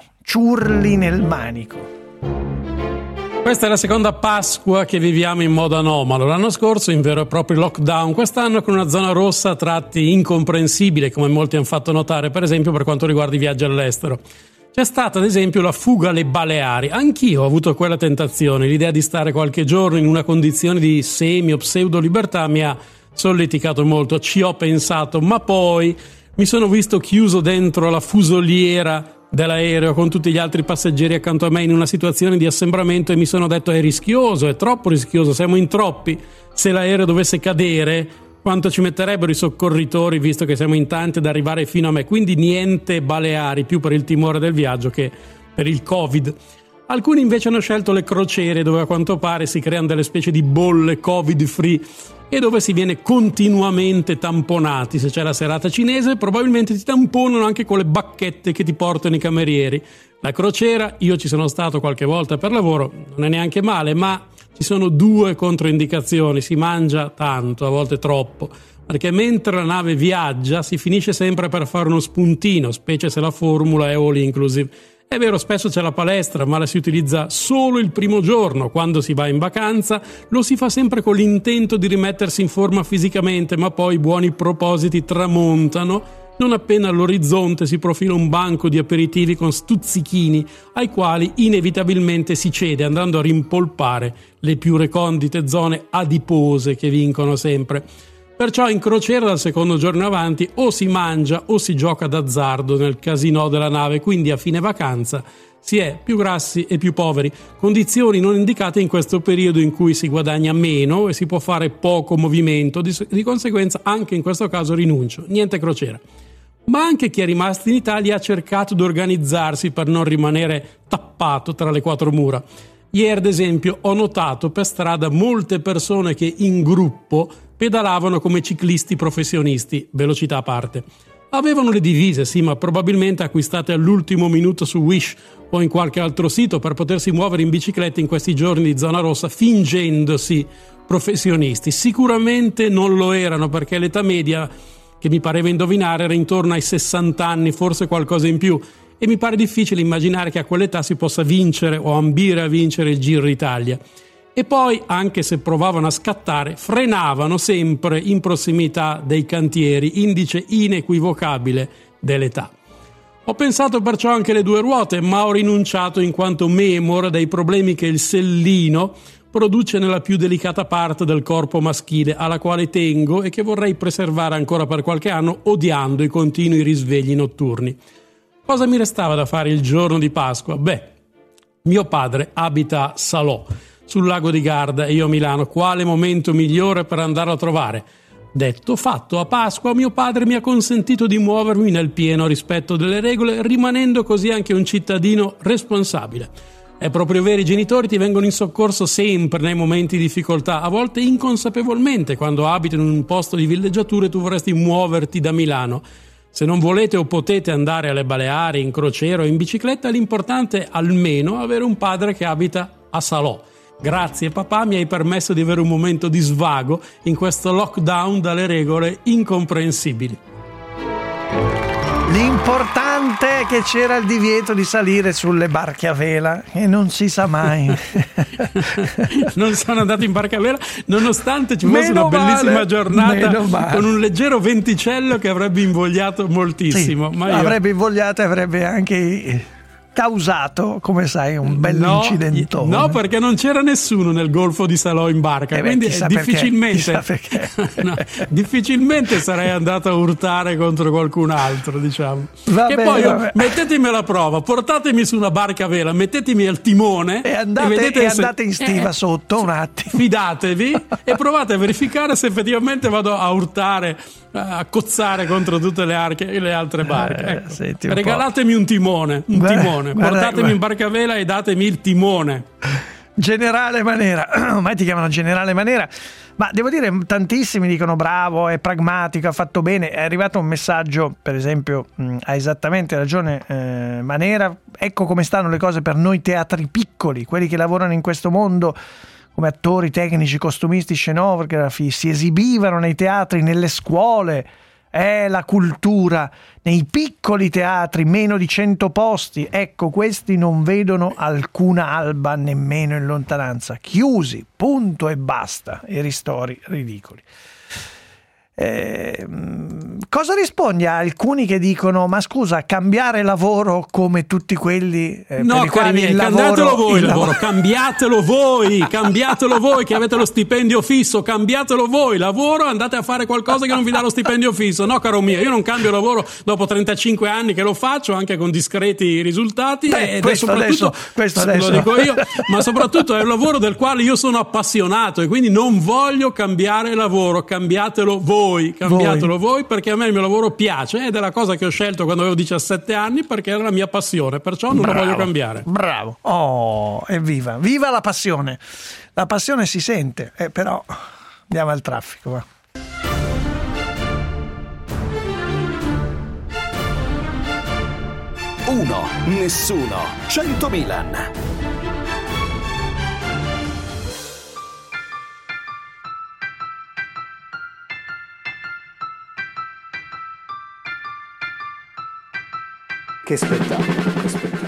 Questa è la seconda Pasqua che viviamo in modo anomalo. L'anno scorso in vero e proprio lockdown, quest'anno con una zona rossa a tratti incomprensibile, come molti hanno fatto notare, per esempio per quanto riguarda i viaggi all'estero. C'è stata ad esempio la fuga alle Baleari. Anch'io ho avuto quella tentazione, l'idea di stare qualche giorno in una condizione di semi o pseudo libertà mi ha solleticato molto, ci ho pensato, ma poi mi sono visto chiuso dentro la fusoliera dell'aereo con tutti gli altri passeggeri accanto a me in una situazione di assembramento e mi sono detto è rischioso, è troppo rischioso, siamo in troppi, se l'aereo dovesse cadere quanto ci metterebbero i soccorritori visto che siamo in tanti ad arrivare fino a me, quindi niente Baleari, più per il timore del viaggio che per il Covid. Alcuni invece hanno scelto le crociere dove a quanto pare si creano delle specie di bolle Covid free e dove si viene continuamente tamponati. Se c'è la serata cinese probabilmente ti tamponano anche con le bacchette che ti portano i camerieri. La crociera, io ci sono stato qualche volta per lavoro, non è neanche male, ma ci sono due controindicazioni: si mangia tanto, a volte troppo, perché mentre la nave viaggia si finisce sempre per fare uno spuntino, specie se la formula è all inclusive. È vero, spesso c'è la palestra, ma la si utilizza solo il primo giorno, quando si va in vacanza. Lo si fa sempre con l'intento di rimettersi in forma fisicamente, ma poi i buoni propositi tramontano non appena all'orizzonte si profila un banco di aperitivi con stuzzichini ai quali inevitabilmente si cede, andando a rimpolpare le più recondite zone adipose che vincono sempre. Perciò in crociera dal secondo giorno avanti o si mangia o si gioca d'azzardo nel casinò della nave, quindi a fine vacanza si è più grassi e più poveri, condizioni non indicate in questo periodo in cui si guadagna meno e si può fare poco movimento, di conseguenza anche in questo caso rinuncio, niente crociera. Ma anche chi è rimasto in Italia ha cercato di organizzarsi per non rimanere tappato tra le quattro mura. Ieri, ad esempio, ho notato per strada molte persone che in gruppo pedalavano come ciclisti professionisti, velocità a parte. Avevano le divise, sì, ma probabilmente acquistate all'ultimo minuto su Wish o in qualche altro sito per potersi muovere in bicicletta in questi giorni di zona rossa fingendosi professionisti. Sicuramente non lo erano, perché l'età media, che mi pareva indovinare, era intorno ai 60 anni, forse qualcosa in più, e mi pare difficile immaginare che a quell'età si possa vincere o ambire a vincere il Giro d'Italia. E poi, anche se provavano a scattare, frenavano sempre in prossimità dei cantieri, indice inequivocabile dell'età. Ho pensato perciò anche alle due ruote, ma ho rinunciato in quanto memore dei problemi che il sellino produce nella più delicata parte del corpo maschile, alla quale tengo e che vorrei preservare ancora per qualche anno, odiando i continui risvegli notturni. Cosa mi restava da fare il giorno di Pasqua? Mio padre abita a Salò, sul lago di Garda, e io a Milano. Quale momento migliore per andarlo a trovare? Detto, fatto. A Pasqua mio padre mi ha consentito di muovermi nel pieno rispetto delle regole, rimanendo così anche un cittadino responsabile. È proprio vero, i genitori ti vengono in soccorso sempre nei momenti di difficoltà, a volte inconsapevolmente. Quando abiti in un posto di villeggiatura tu vorresti muoverti da Milano. Se non volete o potete andare alle Baleari in crociera o in bicicletta, l'importante è almeno avere un padre che abita a Salò. Grazie papà, mi hai permesso di avere un momento di svago in questo lockdown dalle regole incomprensibili. L'importante è che c'era il divieto di salire sulle barche a vela e non si sa mai. Non sono andato in barca a vela nonostante ci fosse una bellissima giornata con un leggero venticello che avrebbe invogliato moltissimo. Sì, ma avrebbe invogliato e avrebbe anche causato, come sai, un bell'incidentone. No, perché non c'era nessuno nel golfo di Salò in barca, quindi difficilmente sarei andato a urtare contro qualcun altro, diciamo. Poi mettetemi alla prova, portatemi su una barca a vela, mettetemi al timone e andate in stiva sotto un attimo. Fidatevi e provate a verificare se effettivamente vado a urtare, a cozzare contro tutte le altre barche. Ecco. Regalatemi un timone. Portatemi in barca a vela e datemi il timone. Generale Manera, ormai ti chiamano Generale Manera, ma devo dire tantissimi dicono bravo, è pragmatico, ha fatto bene. È arrivato un messaggio, per esempio, ha esattamente ragione Manera, ecco come stanno le cose per noi teatri piccoli, quelli che lavorano in questo mondo come attori, tecnici, costumisti, scenografi, si esibivano nei teatri, nelle scuole. È la cultura nei piccoli teatri, meno di 100 posti. Ecco, questi non vedono alcuna alba nemmeno in lontananza. Chiusi, punto e basta. E ristori ridicoli. Cosa rispondi a alcuni che dicono: ma scusa, cambiare lavoro come tutti quelli no, cari miei, cambiatelo voi che avete lo stipendio fisso, cambiatelo voi lavoro, andate a fare qualcosa che non vi dà lo stipendio fisso. No, caro mio, io non cambio lavoro dopo 35 anni che lo faccio, anche con discreti risultati. Questo adesso lo dico io, ma soprattutto è un lavoro del quale io sono appassionato e quindi non voglio cambiare lavoro. Cambiatelo voi, perché a me il mio lavoro piace ed è la cosa che ho scelto quando avevo 17 anni, perché era la mia passione, perciò non la voglio cambiare. Bravo. Oh, evviva, viva la passione. La passione si sente, però andiamo al traffico, va. Uno, nessuno, 100 Milan. Che spettacolo, che spettacolo.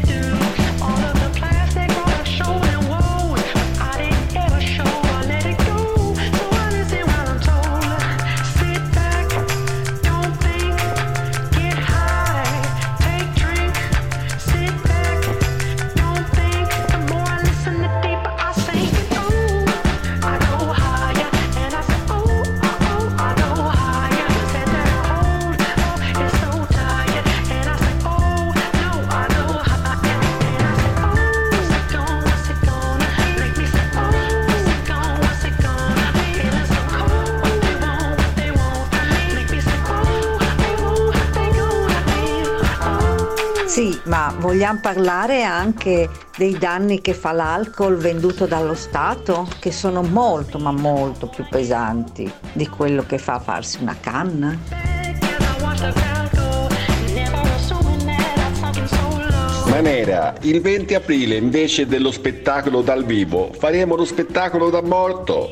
Let it go. Sì, ma vogliamo parlare anche dei danni che fa l'alcol venduto dallo Stato, che sono molto, ma molto più pesanti di quello che fa farsi una canna? Manera, il 20 aprile invece dello spettacolo dal vivo faremo lo spettacolo da morto.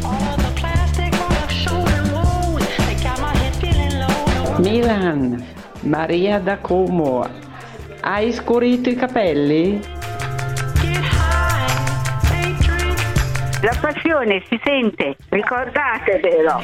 Milan, Maria da Como, hai scurito i capelli? La passione si sente, ricordatevelo.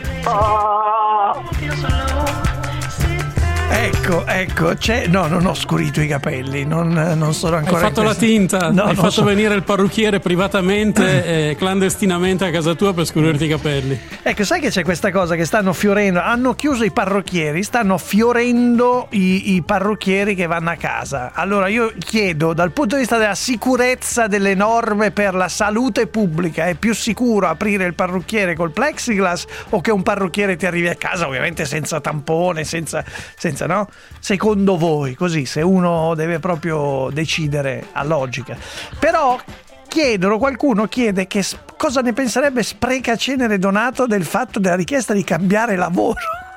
Ecco, no, non ho scurito i capelli, non sono ancora. Hai fatto la tinta, hai fatto venire il parrucchiere privatamente e clandestinamente a casa tua per scurirti i capelli. Ecco, sai che c'è questa cosa che stanno fiorendo, hanno chiuso i parrucchieri, stanno fiorendo i parrucchieri che vanno a casa. Allora io chiedo, dal punto di vista della sicurezza delle norme per la salute pubblica, è più sicuro aprire il parrucchiere col plexiglass o che un parrucchiere ti arrivi a casa, ovviamente senza tampone, senza no? Secondo voi, così, se uno deve proprio decidere a logica. Però qualcuno chiede che cosa ne penserebbe Sprecacenere Donato del fatto della richiesta di cambiare lavoro.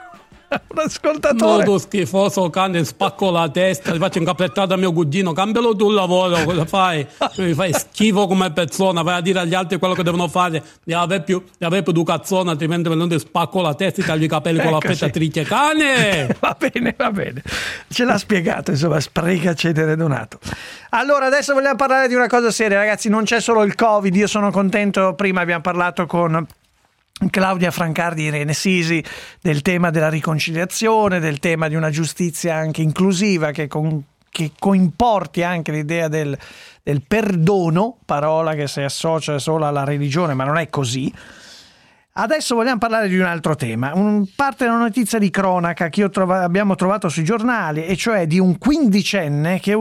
Un ascoltatore. Modo schifoso, cane, spacco la testa, ti faccio incappettare a mio cugino, cambialo tu il lavoro, cosa fai? Mi fai schifo come persona, vai a dire agli altri quello che devono fare, di avere più educazione, altrimenti non ti spacco la testa e taglio i capelli con l'affettatrice, cane! Va bene, ce l'ha spiegato, insomma, Sprecacenere Donato. Allora, adesso vogliamo parlare di una cosa seria, ragazzi, non c'è solo il Covid, io sono contento, prima abbiamo parlato con Claudia Francardi e Irene Sisi del tema della riconciliazione, del tema di una giustizia anche inclusiva che coimporti anche l'idea del perdono, parola che si associa solo alla religione, ma non è così. Adesso vogliamo parlare di un altro tema, parte una notizia di cronaca che abbiamo trovato sui giornali, e cioè di un quindicenne che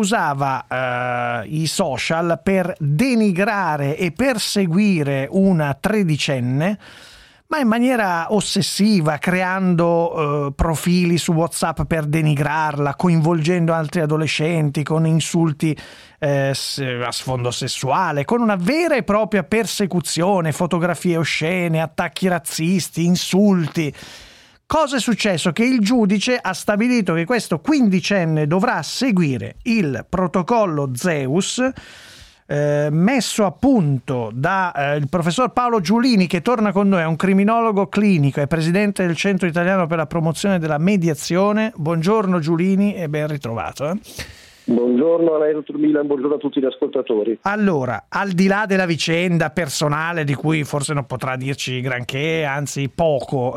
usava i social per denigrare e perseguire una tredicenne, ma in maniera ossessiva, creando profili su WhatsApp per denigrarla, coinvolgendo altri adolescenti con insulti a sfondo sessuale, con una vera e propria persecuzione, fotografie oscene, attacchi razzisti, insulti. Cosa è successo? Che il giudice ha stabilito che questo quindicenne dovrà seguire il protocollo Zeus, messo a punto da il professor Paolo Giulini, che torna con noi, è un criminologo clinico e presidente del Centro Italiano per la Promozione della Mediazione. Buongiorno Giulini e ben ritrovato. Buongiorno a lei, dottor Milan, buongiorno a tutti gli ascoltatori. Allora, al di là della vicenda personale di cui forse non potrà dirci granché, anzi poco,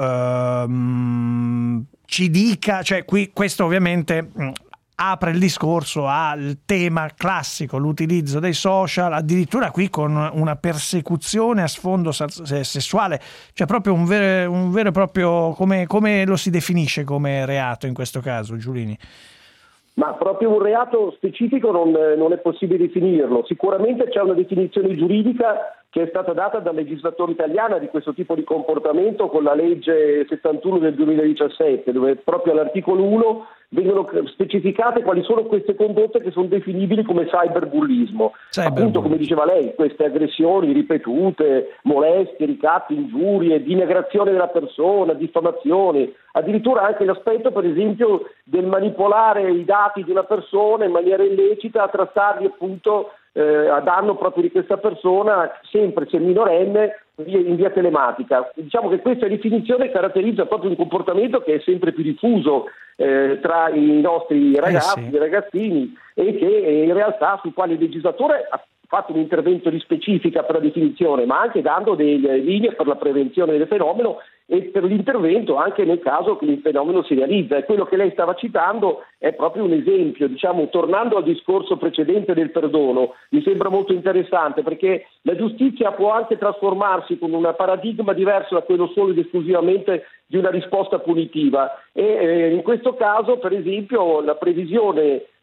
ci dica, cioè qui questo ovviamente apre il discorso al tema classico, l'utilizzo dei social, addirittura qui con una persecuzione a sfondo sessuale, cioè proprio un vero e proprio, come lo si definisce come reato in questo caso, Giulini? Ma proprio un reato specifico non è possibile definirlo. Sicuramente c'è una definizione giuridica che è stata data dal legislatore italiano di questo tipo di comportamento con la legge 71 del 2017, dove proprio all'articolo 1 vengono specificate quali sono queste condotte che sono definibili come cyberbullismo. Appunto, come diceva lei, queste aggressioni ripetute, molestie, ricatti, ingiurie, denigrazione della persona, diffamazioni, addirittura anche l'aspetto, per esempio, del manipolare i dati di una persona in maniera illecita, a trattarli appunto a danno proprio di questa persona, sempre se minorenne, in via telematica. Diciamo che questa definizione caratterizza proprio un comportamento che è sempre più diffuso tra i nostri ragazzi e ragazzini, e che in realtà sul quale il legislatore ha fatto un intervento di specifica per la definizione, ma anche dando delle linee per la prevenzione del fenomeno e per l'intervento anche nel caso che il fenomeno si realizza. E quello che lei stava citando è proprio un esempio, diciamo, tornando al discorso precedente del perdono, mi sembra molto interessante, perché la giustizia può anche trasformarsi con un paradigma diverso da quello solo ed esclusivamente di una risposta punitiva, e in questo caso, per esempio, la previsione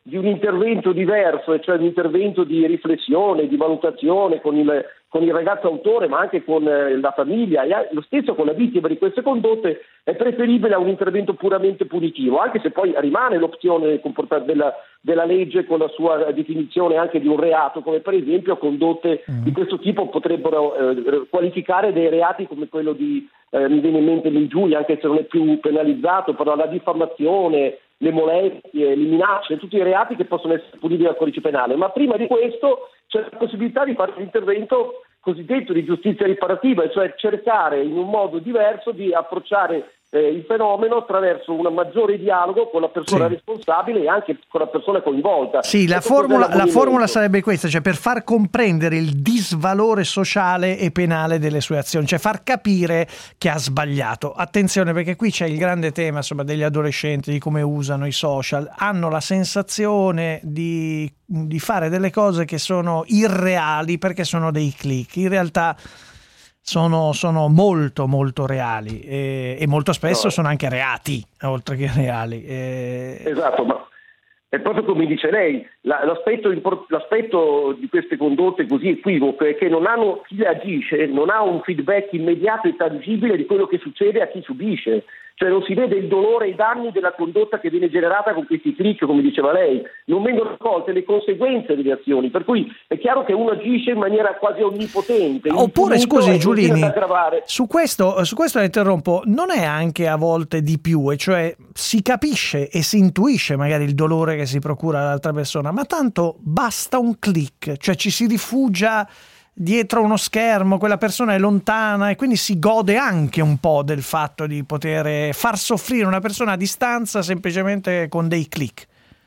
di un intervento diverso, e cioè un intervento di riflessione, di valutazione con il ragazzo autore, ma anche con la famiglia e lo stesso con la vittima di queste condotte, è preferibile a un intervento puramente punitivo, anche se poi rimane l'opzione della legge con la sua definizione anche di un reato, come per esempio condotte di questo tipo potrebbero qualificare dei reati come quello di mi viene in mente l'ingiuria, anche se non è più penalizzato, però la diffamazione, le molestie, le minacce, tutti i reati che possono essere punibili dal codice penale. Ma prima di questo c'è la possibilità di fare un intervento cosiddetto di giustizia riparativa, cioè cercare in un modo diverso di approcciare il fenomeno attraverso un maggiore dialogo con la persona responsabile e anche con la persona coinvolta. Sì, la formula sarebbe questa, cioè per far comprendere il disvalore sociale e penale delle sue azioni, cioè far capire che ha sbagliato. Attenzione, perché qui c'è il grande tema, insomma, degli adolescenti, di come usano i social. Hanno la sensazione di fare delle cose che sono irreali perché sono dei click. In realtà sono molto molto reali e molto spesso sono anche reati oltre che reali. Esatto, ma è proprio come dice lei, l'aspetto di queste condotte così equivoche è che chi agisce non ha un feedback immediato e tangibile di quello che succede a chi subisce. Cioè non si vede il dolore e i danni della condotta che viene generata con questi click, come diceva lei, non vengono colte le conseguenze delle azioni, per cui è chiaro che uno agisce in maniera quasi onnipotente. Oppure, scusi Giulini, su questo la interrompo, non è anche a volte di più, e cioè si capisce e si intuisce magari il dolore che si procura l'altra persona, ma tanto basta un click, cioè ci si rifugia dietro uno schermo, quella persona è lontana e quindi si gode anche un po' del fatto di poter far soffrire una persona a distanza semplicemente con dei click.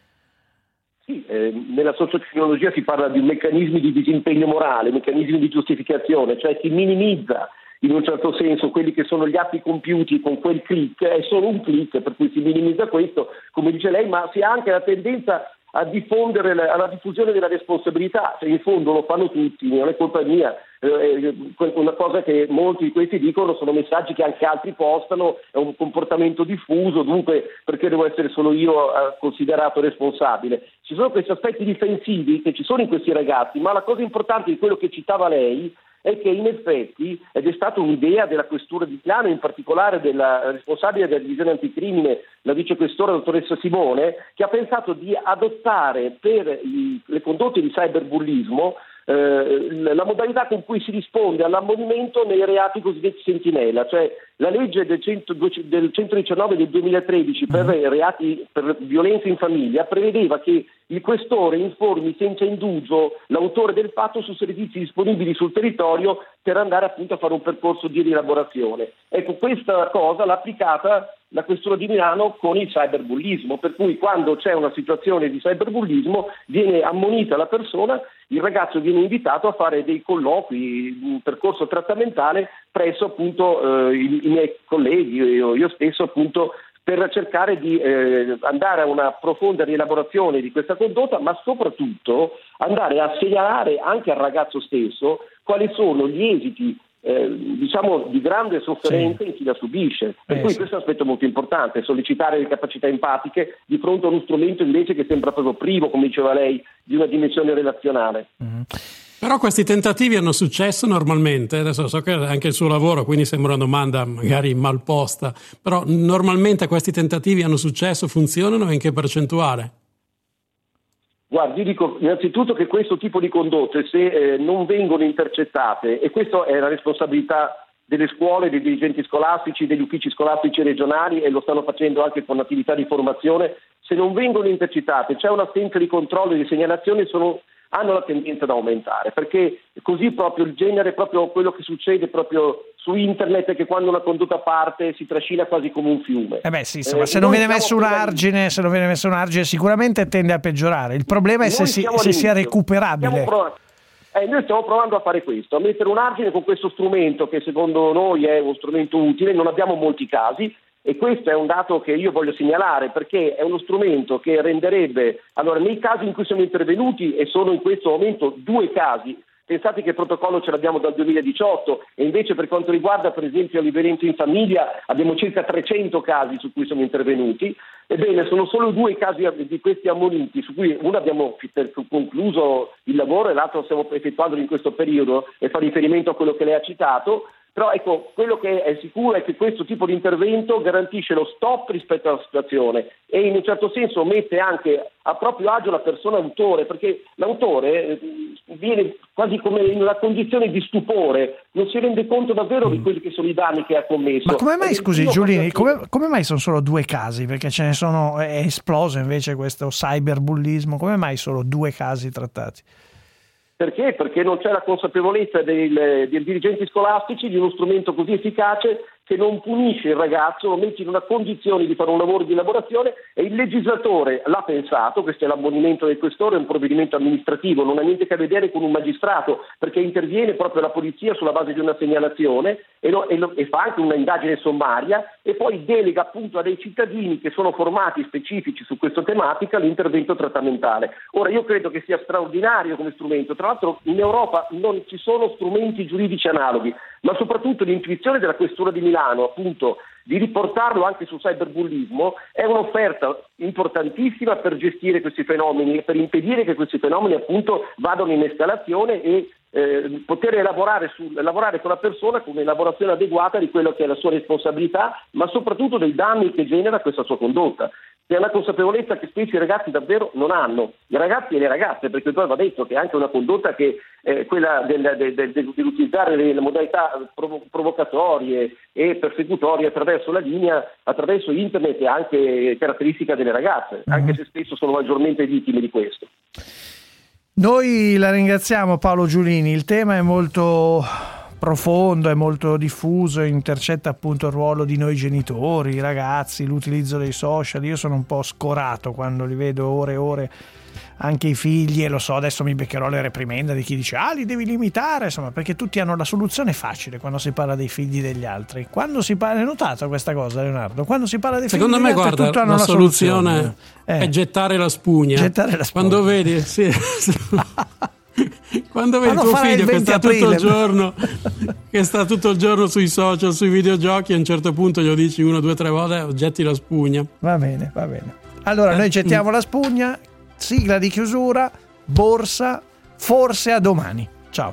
Sì, nella sociotecnologia si parla di meccanismi di disimpegno morale, meccanismi di giustificazione, cioè si minimizza in un certo senso quelli che sono gli atti compiuti con quel click, è solo un click, per cui si minimizza questo, come dice lei, ma si ha anche la tendenza a diffondere alla diffusione della responsabilità, cioè in fondo lo fanno tutti, non è colpa mia. Una cosa che molti di questi dicono sono messaggi che anche altri postano, è un comportamento diffuso, dunque perché devo essere solo io considerato responsabile? Ci sono questi aspetti difensivi che ci sono in questi ragazzi, ma la cosa importante di quello che citava lei è che in effetti, ed è stata un'idea della Questura di Milano, in particolare della responsabile della divisione anticrimine, la vicequestora dottoressa Simone, che ha pensato di adottare per le condotte di cyberbullismo la modalità con cui si risponde all'ammonimento nei reati cosiddetti sentinella, cioè la legge del 119 del 2013 per reati per violenza in famiglia prevedeva che il questore informi senza indugio l'autore del fatto su servizi disponibili sul territorio per andare appunto a fare un percorso di rielaborazione. Ecco, questa cosa l'ha applicata la Questura di Milano con il cyberbullismo, per cui quando c'è una situazione di cyberbullismo viene ammonita la persona, il ragazzo viene invitato a fare dei colloqui, un percorso trattamentale presso appunto i miei colleghi, io stesso appunto, per cercare di andare a una profonda rielaborazione di questa condotta, ma soprattutto andare a segnalare anche al ragazzo stesso quali sono gli esiti diciamo di grande sofferenza in chi la subisce, per cui questo è un aspetto molto importante, sollecitare le capacità empatiche di fronte a uno strumento invece che sembra proprio privo, come diceva lei, di una dimensione relazionale. Però questi tentativi hanno successo normalmente, adesso so che anche il suo lavoro, quindi sembra una domanda magari mal posta, però normalmente questi tentativi hanno successo, funzionano, in che percentuale? Guardi, io dico innanzitutto che questo tipo di condotte, se non vengono intercettate, e questa è la responsabilità delle scuole, dei dirigenti scolastici, degli uffici scolastici regionali, e lo stanno facendo anche con attività di formazione, se non vengono intercettate, c'è un'assenza di controllo e di segnalazione, hanno la tendenza ad aumentare, perché così proprio il genere, proprio quello che succede proprio su internet è che quando una condotta parte si trascina quasi come un fiume. Sì, insomma, se non viene messo un argine, sicuramente tende a peggiorare. Il problema è se sia recuperabile. Noi stiamo provando a fare questo, a mettere un argine con questo strumento che secondo noi è uno strumento utile, non abbiamo molti casi. E questo è un dato che io voglio segnalare, perché è uno strumento che renderebbe, allora nei casi in cui siamo intervenuti, e sono in questo momento 2 casi, Pensate che il protocollo ce l'abbiamo dal 2018 e invece per quanto riguarda per esempio le violenze in famiglia abbiamo circa 300 casi su cui siamo intervenuti. Ebbene, sono solo 2 casi di questi ammoniti, su cui uno abbiamo concluso il lavoro e l'altro stiamo effettuando in questo periodo e fa riferimento a quello che lei ha citato. Però ecco, quello che è sicuro è che questo tipo di intervento garantisce lo stop rispetto alla situazione e in un certo senso mette anche a proprio agio la persona autore, perché l'autore viene quasi come in una condizione di stupore, non si rende conto davvero di quelli che sono i danni che ha commesso. Ma come mai, scusi Giulini, come mai sono solo 2 casi? Perché ce ne sono, è esploso invece questo cyberbullismo, come mai solo 2 casi trattati? Perché? Perché non c'è la consapevolezza dei dirigenti scolastici di uno strumento così efficace che non punisce il ragazzo, lo mette in una condizione di fare un lavoro di elaborazione e il legislatore l'ha pensato, questo è l'ammonimento del questore, è un provvedimento amministrativo, non ha niente a che vedere con un magistrato, perché interviene proprio la polizia sulla base di una segnalazione e fa anche una indagine sommaria e poi delega appunto a dei cittadini che sono formati specifici su questa tematica l'intervento trattamentale. Ora io credo che sia straordinario come strumento, tra l'altro in Europa non ci sono strumenti giuridici analoghi, ma soprattutto l'intuizione della questura di Milano appunto di riportarlo anche sul cyberbullismo è un'offerta importantissima per gestire questi fenomeni e per impedire che questi fenomeni appunto vadano in escalazione e poter lavorare con la persona con un'elaborazione adeguata di quello che è la sua responsabilità, ma soprattutto dei danni che genera questa sua condotta. È una consapevolezza che spesso i ragazzi davvero non hanno, i ragazzi e le ragazze, perché poi va detto che è anche una condotta che quella dell'utilizzare le modalità provocatorie e persecutorie attraverso la linea, attraverso internet è anche caratteristica delle ragazze, anche se spesso sono maggiormente vittime di questo. Noi la ringraziamo Paolo Giulini, il tema è molto profondo, è molto diffuso, intercetta appunto il ruolo di noi genitori, i ragazzi, l'utilizzo dei social. Io sono un po' scorato quando li vedo ore e ore, anche i figli, e lo so, adesso mi beccherò le reprimende di chi dice li devi limitare, insomma, perché tutti hanno la soluzione facile quando si parla dei figli degli altri. Quando si parla, hai notato questa cosa Leonardo? Quando si parla dei figli degli altri, tutti hanno la soluzione è gettare la spugna. Quando vedi quando vedi tuo figlio che sta tutto il giorno sui social, sui videogiochi, a un certo punto gli dici 1, 2, 3 volte getti la spugna. Va bene. Allora noi gettiamo la spugna, sigla di chiusura, borsa, forse a domani. Ciao.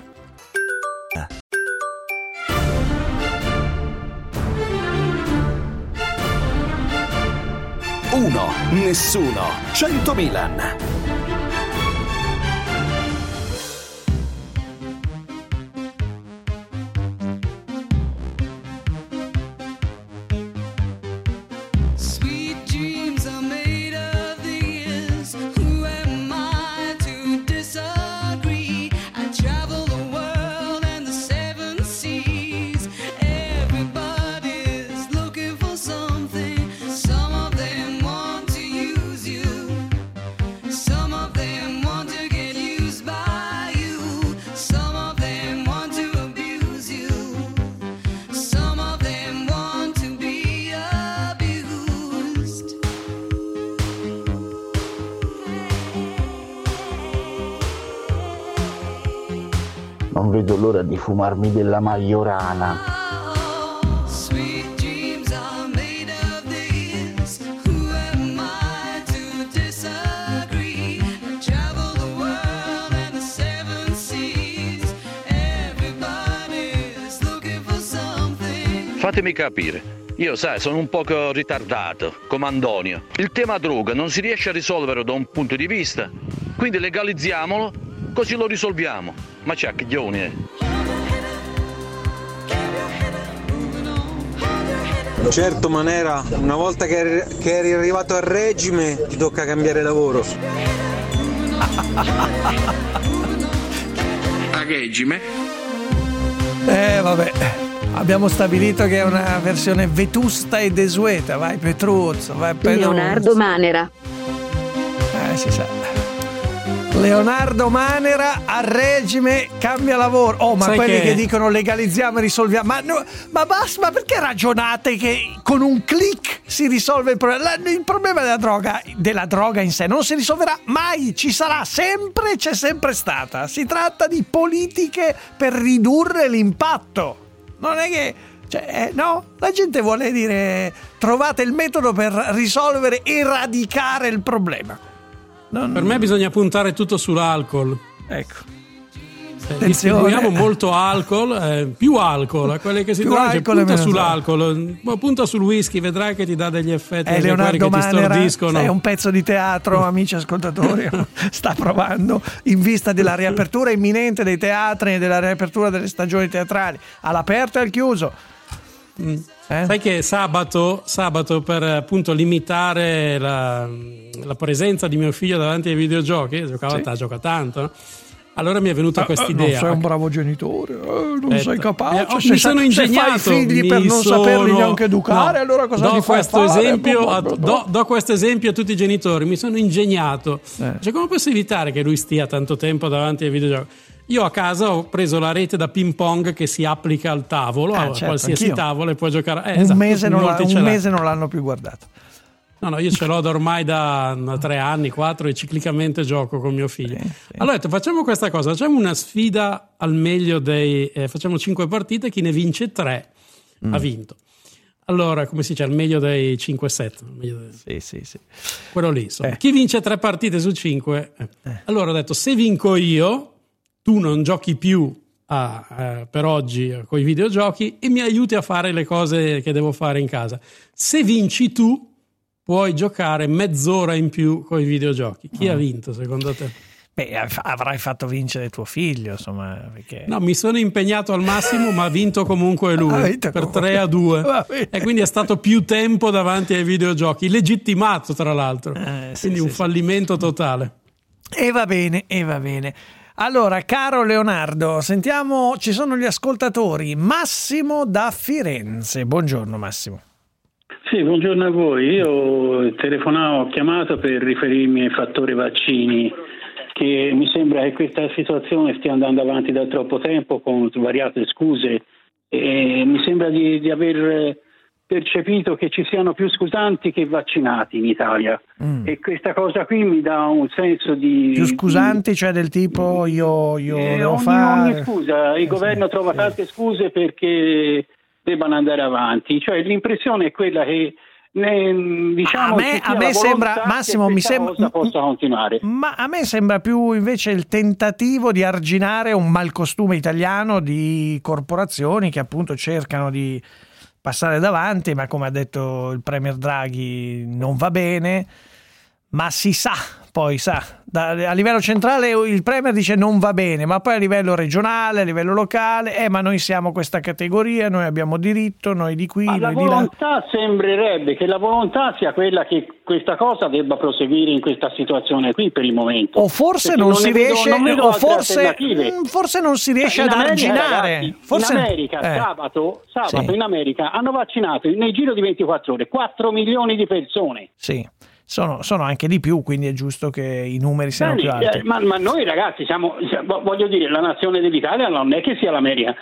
1, nessuno, 100 Milan. Non vedo l'ora di fumarmi della Majorana. Fatemi capire, io sai, sono un poco ritardato, come Antonio. Il tema droga non si riesce a risolvere da un punto di vista, quindi legalizziamolo, così lo risolviamo. Ma c'è chiglioni, Certo Manera, una volta che eri arrivato al regime ti tocca cambiare lavoro. A regime? Vabbè, abbiamo stabilito che è una versione vetusta e desueta. Vai Petruzzo, vai Pedro. Leonardo Manera. Si sa. Leonardo Manera a regime, cambia lavoro. Oh, ma sai quelli che dicono legalizziamo e risolviamo. Ma basta, ma perché ragionate che con un click si risolve il problema? Il problema della droga in sé non si risolverà mai, ci sarà sempre, c'è sempre stata. Si tratta di politiche per ridurre l'impatto. Non è che no, la gente vuole dire trovate il metodo per risolvere, eradicare il problema. Per me bisogna puntare tutto sull'alcol. Ecco. Distribuiamo molto alcol, più alcol a quelli che si trovano. Punta sull'alcol, punta sul whisky, vedrai che ti dà degli effetti Leonardo che ti stordiscono. È un pezzo di teatro, amici ascoltatori. Sta provando in vista della riapertura imminente dei teatri e della riapertura delle stagioni teatrali, all'aperto e al chiuso. Sai che sabato per appunto limitare la presenza di mio figlio davanti ai videogiochi, gioca tanto, no? Allora mi è venuta questa idea. Non sei un bravo genitore, non sei capace. Mi sono ingegnato. Se fai figli per non saperli neanche educare, allora cosa ti fai fare? Do questo esempio a tutti i genitori. Mi sono ingegnato. Cioè, come posso evitare che lui stia tanto tempo davanti ai videogiochi? Io a casa ho preso la rete da ping pong che si applica al tavolo, a qualsiasi tavolo, e puoi giocare. Un mese non l'hanno più guardato. No, io ce l'ho da ormai da 3 anni, 4, e ciclicamente gioco con mio figlio. Allora ho detto, facciamo questa cosa, facciamo una sfida al meglio facciamo 5 partite, chi ne vince 3 ha vinto. Allora, come si dice, al meglio dei 5-7. Sì. Quello lì, insomma. Chi vince 3 partite su 5. Allora ho detto, se vinco io, tu non giochi più per oggi con i videogiochi e mi aiuti a fare le cose che devo fare in casa. Se vinci tu, puoi giocare mezz'ora in più con i videogiochi. Chi ha vinto secondo te? Beh, avrai fatto vincere tuo figlio, insomma, perché... No, mi sono impegnato al massimo, ma ha vinto comunque lui per 3-2 e quindi è stato più tempo davanti ai videogiochi, legittimato tra l'altro, quindi un fallimento totale. E va bene. Allora, caro Leonardo, sentiamo, ci sono gli ascoltatori. Massimo da Firenze. Buongiorno Massimo. Sì, buongiorno a voi. Io ho chiamato per riferirmi ai fattori vaccini, che mi sembra che questa situazione stia andando avanti da troppo tempo con svariate scuse, e mi sembra di aver percepito che ci siano più scusanti che vaccinati in Italia, e questa cosa qui mi dà un senso di... Più scusanti, cioè del tipo io devo fare... Ogni scusa, il governo trova tante scuse perché debbano andare avanti, cioè l'impressione è quella che diciamo a me sembra, Massimo, mi sembra possa continuare. Ma a me sembra più invece il tentativo di arginare un malcostume italiano di corporazioni che appunto cercano di passare davanti, ma come ha detto il premier Draghi non va bene, ma si sa, a livello centrale il premier dice non va bene, ma poi a livello regionale, a livello locale, ma noi siamo questa categoria, noi abbiamo diritto, noi di qui, ma noi la volontà sembrerebbe che la volontà sia quella che questa cosa debba proseguire in questa situazione qui per il momento. O forse non si riesce, o forse non si riesce ad arginare. In America sabato sì. In America hanno vaccinato nel giro di 24 ore 4 milioni di persone. Sì. Sono anche di più, quindi è giusto che i numeri siano più alti. Ma noi ragazzi voglio dire, la nazione dell'Italia non è che sia l'America.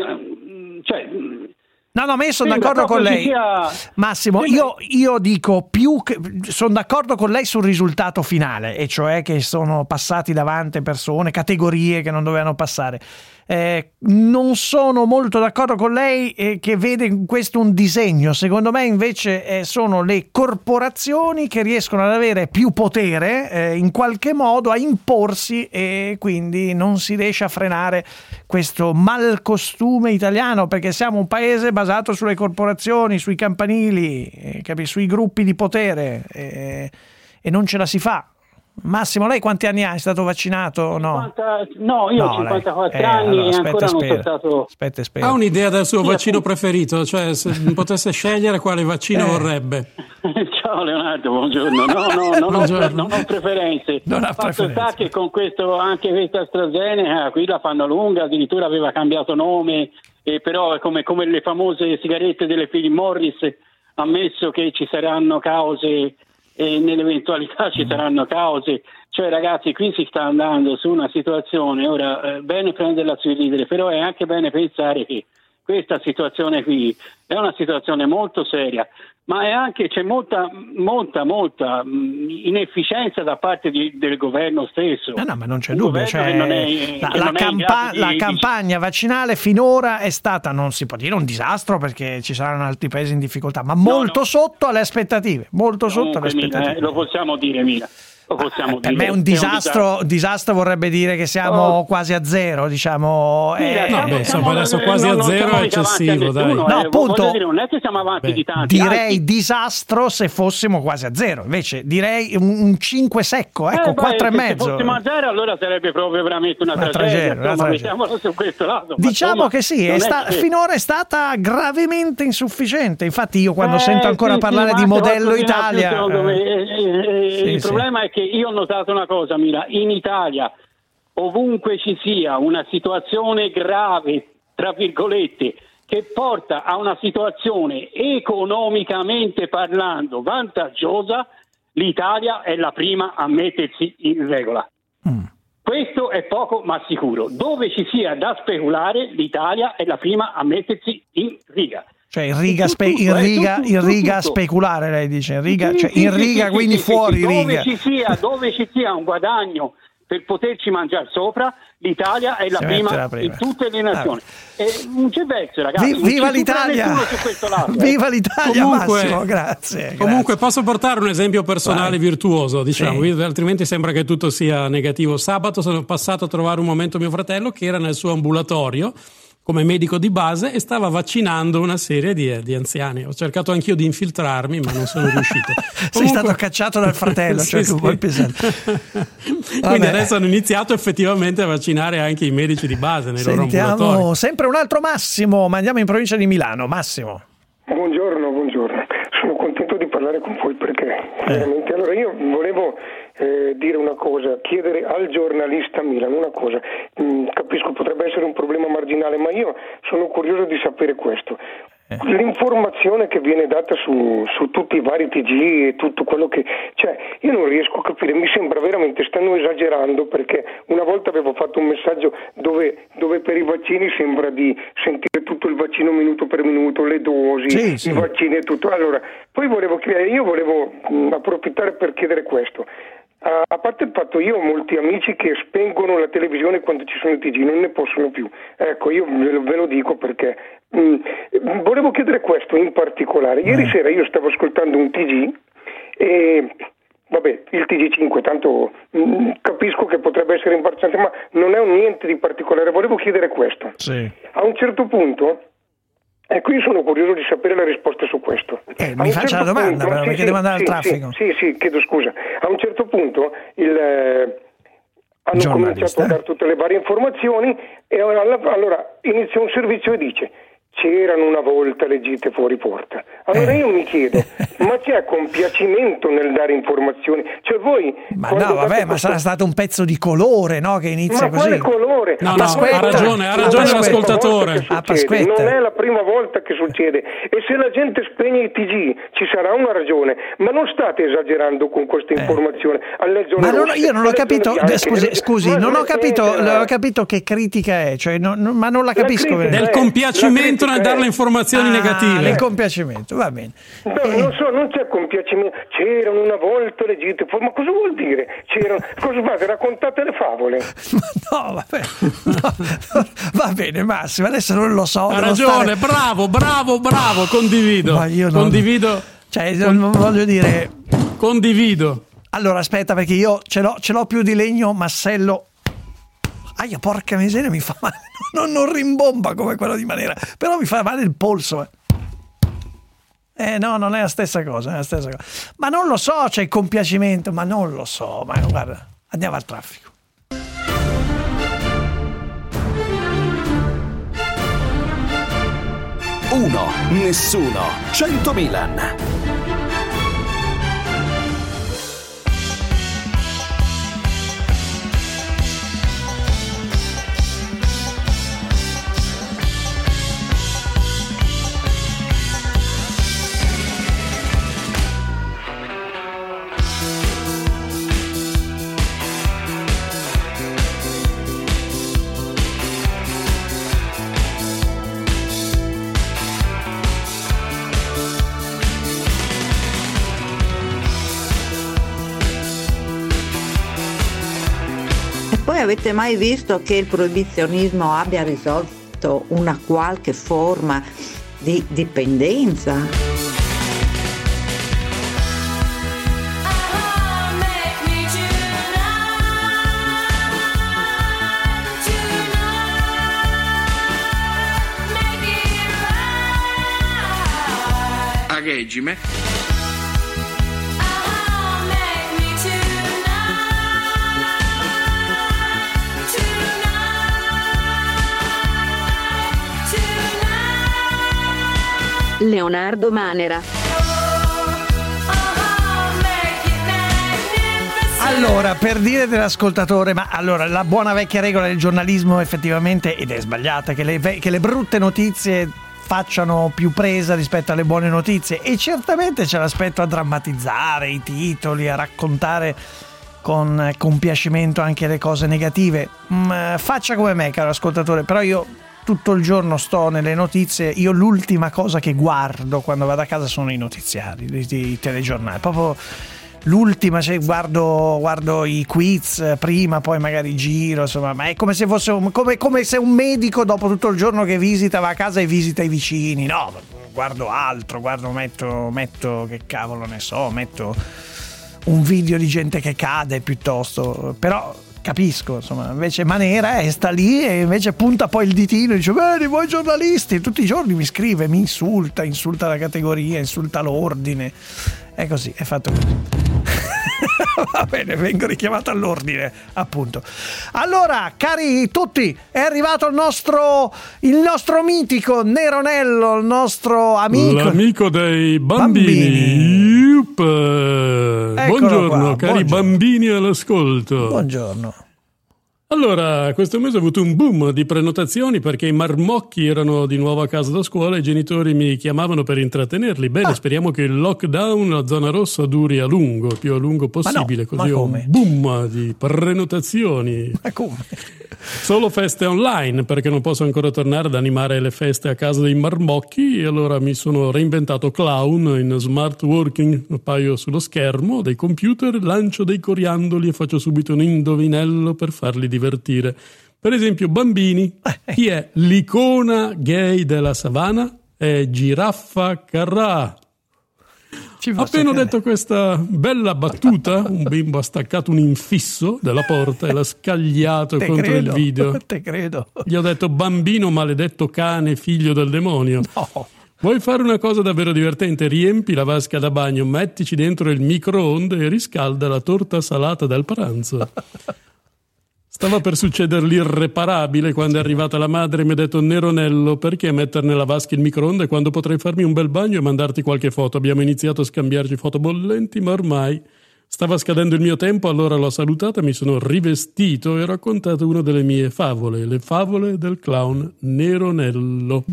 No, ma io sono d'accordo con lei, Massimo. Io dico sono d'accordo con lei sul risultato finale, e cioè che sono passati davanti persone, categorie che non dovevano passare. Non sono molto d'accordo con lei che vede in questo un disegno. Secondo me invece sono le corporazioni che riescono ad avere più potere in qualche modo, a imporsi, e quindi non si riesce a frenare questo malcostume italiano, perché siamo un paese basato sulle corporazioni, sui campanili, sui gruppi di potere, e non ce la si fa. Massimo, lei quanti anni ha? È stato vaccinato? No, io ho 54 anni e ancora non sono stato... Ha un'idea del suo vaccino preferito? Cioè, se potesse scegliere quale vaccino vorrebbe? Ciao Leonardo, buongiorno. Non ho preferenze. Fatto sta che con anche questa AstraZeneca qui la fanno lunga, addirittura aveva cambiato nome, però come le famose sigarette delle Philip Morris, ammesso che ci saranno cause e nell'eventualità ci saranno cause. Cioè ragazzi, qui si sta andando su una situazione, ora bene prenderla sui ridere, però è anche bene pensare che questa situazione qui è una situazione molto seria, ma è anche c'è molta inefficienza da parte del governo stesso. No, ma non c'è dubbio. La campagna vaccinale finora è stata, non si può dire un disastro perché ci saranno altri paesi in difficoltà, ma molto sotto alle aspettative. Molto sotto alle aspettative. Lo possiamo dire, Mila. Per me un disastro vorrebbe dire che siamo quasi a zero, diciamo. Adesso quasi a zero è eccessivo, dai. No, appunto, non è che siamo avanti di tanti. Direi disastro se fossimo quasi a zero, invece direi un 5 secco, ecco, 4,5. Se fossimo a zero allora sarebbe proprio veramente una tragedia. Mettiamolo su questo lato. Diciamo che sì, finora è stata gravemente insufficiente. Infatti io quando sento ancora parlare di modello Italia, il problema è che io ho notato una cosa, Mira, in Italia ovunque ci sia una situazione grave, tra virgolette, che porta a una situazione economicamente parlando vantaggiosa, l'Italia è la prima a mettersi in regola. Questo è poco ma sicuro. Dove ci sia da speculare, l'Italia è la prima a mettersi in riga. Cioè in riga a speculare, lei dice, in riga, quindi fuori riga. Dove ci sia un guadagno per poterci mangiare sopra, l'Italia è la prima in tutte le nazioni. Non c'è verso, ragazzi. Viva l'Italia! Su questo lato, Viva l'Italia, comunque, Massimo, grazie. Comunque posso portare un esempio personale virtuoso, diciamo, altrimenti sembra che tutto sia negativo. Sabato sono passato a trovare un momento mio fratello che era nel suo ambulatorio come medico di base e stava vaccinando una serie di anziani. Ho cercato anch'io di infiltrarmi, ma non sono riuscito. Sei stato cacciato dal fratello, sì. Quindi adesso hanno iniziato effettivamente a vaccinare anche i medici di base nei loro ambulatori. Sempre un altro Massimo, ma andiamo in provincia di Milano. Massimo. Buongiorno. Sono contento di parlare con voi perché veramente. Allora io volevo dire una cosa, chiedere al giornalista Milan una cosa. Capisco, potrebbe essere un problema marginale, ma io sono curioso di sapere questo. L'informazione che viene data su tutti i vari TG e tutto quello che io non riesco a capire, mi sembra veramente stanno esagerando, perché una volta avevo fatto un messaggio dove per i vaccini sembra di sentire tutto il vaccino minuto per minuto, le dosi, i vaccini e tutto. Allora, poi volevo approfittare per chiedere questo. A parte il fatto, io ho molti amici che spengono la televisione quando ci sono i TG, non ne possono più. Ecco, io ve lo dico perché volevo chiedere questo in particolare. Ieri sera io stavo ascoltando un TG e il TG5, tanto capisco che potrebbe essere imbarazzante, ma non è niente di particolare. Volevo chiedere questo. A un certo punto, ecco, io sono curioso di sapere la risposta su questo. Mi faccia la domanda, perché devo andare al traffico. Sì, chiedo scusa. A un certo punto hanno cominciato a dare tutte le varie informazioni e allora inizia un servizio e dice: c'erano una volta le gite fuori porta. Allora io mi chiedo, ma c'è compiacimento nel dare informazioni? Cioè voi... ma sarà stato un pezzo di colore, no? Che inizia così. Ma quale colore? No, ha ragione l'ascoltatore. Non è la prima volta che succede. E se la gente spegne i TG ci sarà una ragione, ma non state esagerando con queste informazioni. Io non ho capito, scusi, non ho capito che critica è, cioè, ma non la capisco. Del compiacimento nel dare le informazioni negative. Il compiacimento, va bene. Non c'è compiacimento. C'erano una volta le gite, ma cosa vuol dire? Cosa fate? Raccontate le favole? Va bene, Massimo, adesso non lo so. Ha ragione, bravo, condivido. Ma io condivido. Non voglio dire. Condivido. Allora, aspetta, perché io ce l'ho più di legno, massello. Porca miseria, mi fa male. Non rimbomba come quello di Manera, però mi fa male il polso. No, non è la stessa cosa, Ma non lo so, c'è il compiacimento, ma non lo so. Ma guarda, andiamo al traffico. Uno, nessuno, 100 Milan. avete mai visto che il proibizionismo abbia risolto una qualche forma di dipendenza? Regime. Leonardo Manera. Allora, per dire dell'ascoltatore, ma allora la buona vecchia regola del giornalismo effettivamente, ed è sbagliata, che le brutte notizie facciano più presa rispetto alle buone notizie, e certamente c'è l'aspetto a drammatizzare i titoli, a raccontare con compiacimento anche le cose negative. Faccia come me, caro ascoltatore, però io tutto il giorno sto nelle notizie. Io l'ultima cosa che guardo quando vado a casa sono i notiziari, i telegiornali, proprio l'ultima, cioè guardo i quiz prima, poi magari giro, insomma, ma è come se fosse come se un medico dopo tutto il giorno che visita va a casa e visita i vicini. No, guardo altro, metto che cavolo ne so, metto un video di gente che cade piuttosto, però capisco, insomma. Invece Manera sta lì e invece punta poi il ditino e dice: bene, voi giornalisti, tutti i giorni mi scrive, mi insulta la categoria, insulta l'ordine. È così, è fatto così. Va bene, vengo richiamato all'ordine, appunto. Allora, cari tutti, è arrivato il nostro mitico Neronello, il nostro amico, l'amico dei bambini. Buongiorno, cari bambini all'ascolto. Buongiorno. Allora, questo mese ho avuto un boom di prenotazioni perché i marmocchi erano di nuovo a casa da scuola e i genitori mi chiamavano per intrattenerli. Bene, speriamo che il lockdown, la zona rossa, duri a lungo, più a lungo possibile, così ho un boom di prenotazioni. Ma come? Solo feste online, perché non posso ancora tornare ad animare le feste a casa dei marmocchi, e allora mi sono reinventato clown in smart working, appaio sullo schermo dei computer, lancio dei coriandoli e faccio subito un indovinello per farli divertire. Per esempio, bambini, chi è l'icona gay della savana? È Giraffa Carrà. Appena ho detto questa bella battuta, un bimbo ha staccato un infisso della porta e l'ha scagliato contro il video. Te credo. Gli ho detto: bambino maledetto cane, figlio del demonio. No. Vuoi fare una cosa davvero divertente? Riempi la vasca da bagno, mettici dentro il microonde e riscalda la torta salata del pranzo. Stava per succeder l'irreparabile quando è arrivata la madre e mi ha detto: Neronello, perché mettere nella vasca il microonde quando potrei farmi un bel bagno e mandarti qualche foto? Abbiamo iniziato a scambiarci foto bollenti, ma ormai stava scadendo il mio tempo, allora l'ho salutata, mi sono rivestito e ho raccontato una delle mie favole, le favole del clown Neronello.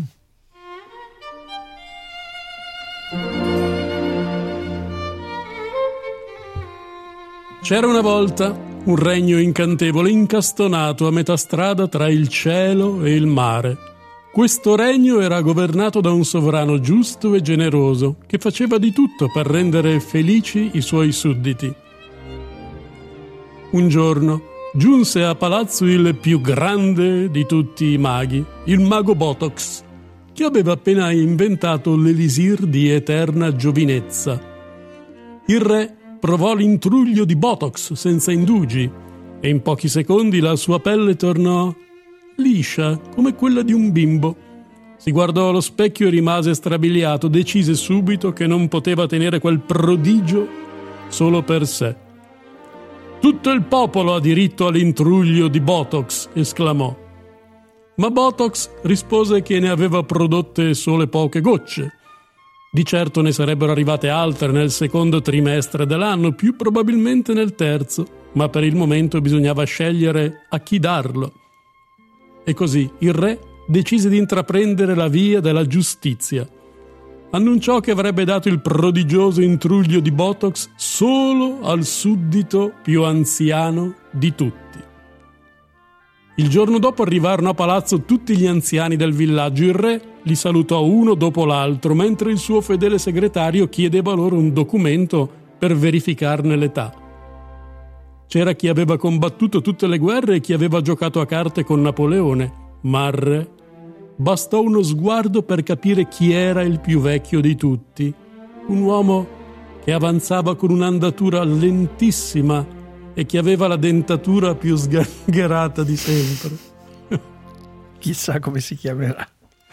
C'era una volta un regno incantevole incastonato a metà strada tra il cielo e il mare. Questo regno era governato da un sovrano giusto e generoso che faceva di tutto per rendere felici i suoi sudditi. Un giorno giunse a palazzo il più grande di tutti i maghi, il mago Botox, che aveva appena inventato l'elisir di eterna giovinezza. Il re provò l'intruglio di Botox senza indugi e in pochi secondi la sua pelle tornò liscia come quella di un bimbo. Si guardò allo specchio e rimase strabiliato, decise subito che non poteva tenere quel prodigio solo per sé. Tutto il popolo ha diritto all'intruglio di Botox, esclamò. Ma Botox rispose che ne aveva prodotte solo poche gocce. Di certo ne sarebbero arrivate altre nel secondo trimestre dell'anno, più probabilmente nel terzo, ma per il momento bisognava scegliere a chi darlo. E così il re decise di intraprendere la via della giustizia. Annunciò che avrebbe dato il prodigioso intruglio di Botox solo al suddito più anziano di tutti. Il giorno dopo arrivarono a palazzo tutti gli anziani del villaggio. Il re li salutò uno dopo l'altro, mentre il suo fedele segretario chiedeva loro un documento per verificarne l'età. C'era chi aveva combattuto tutte le guerre e chi aveva giocato a carte con Napoleone. Ma al re bastò uno sguardo per capire chi era il più vecchio di tutti. Un uomo che avanzava con un'andatura lentissima e che aveva la dentatura più sgangherata di sempre. Chissà come si chiamerà.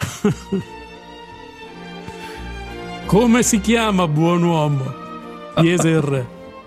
Come si chiama, buon uomo? Chiese il re.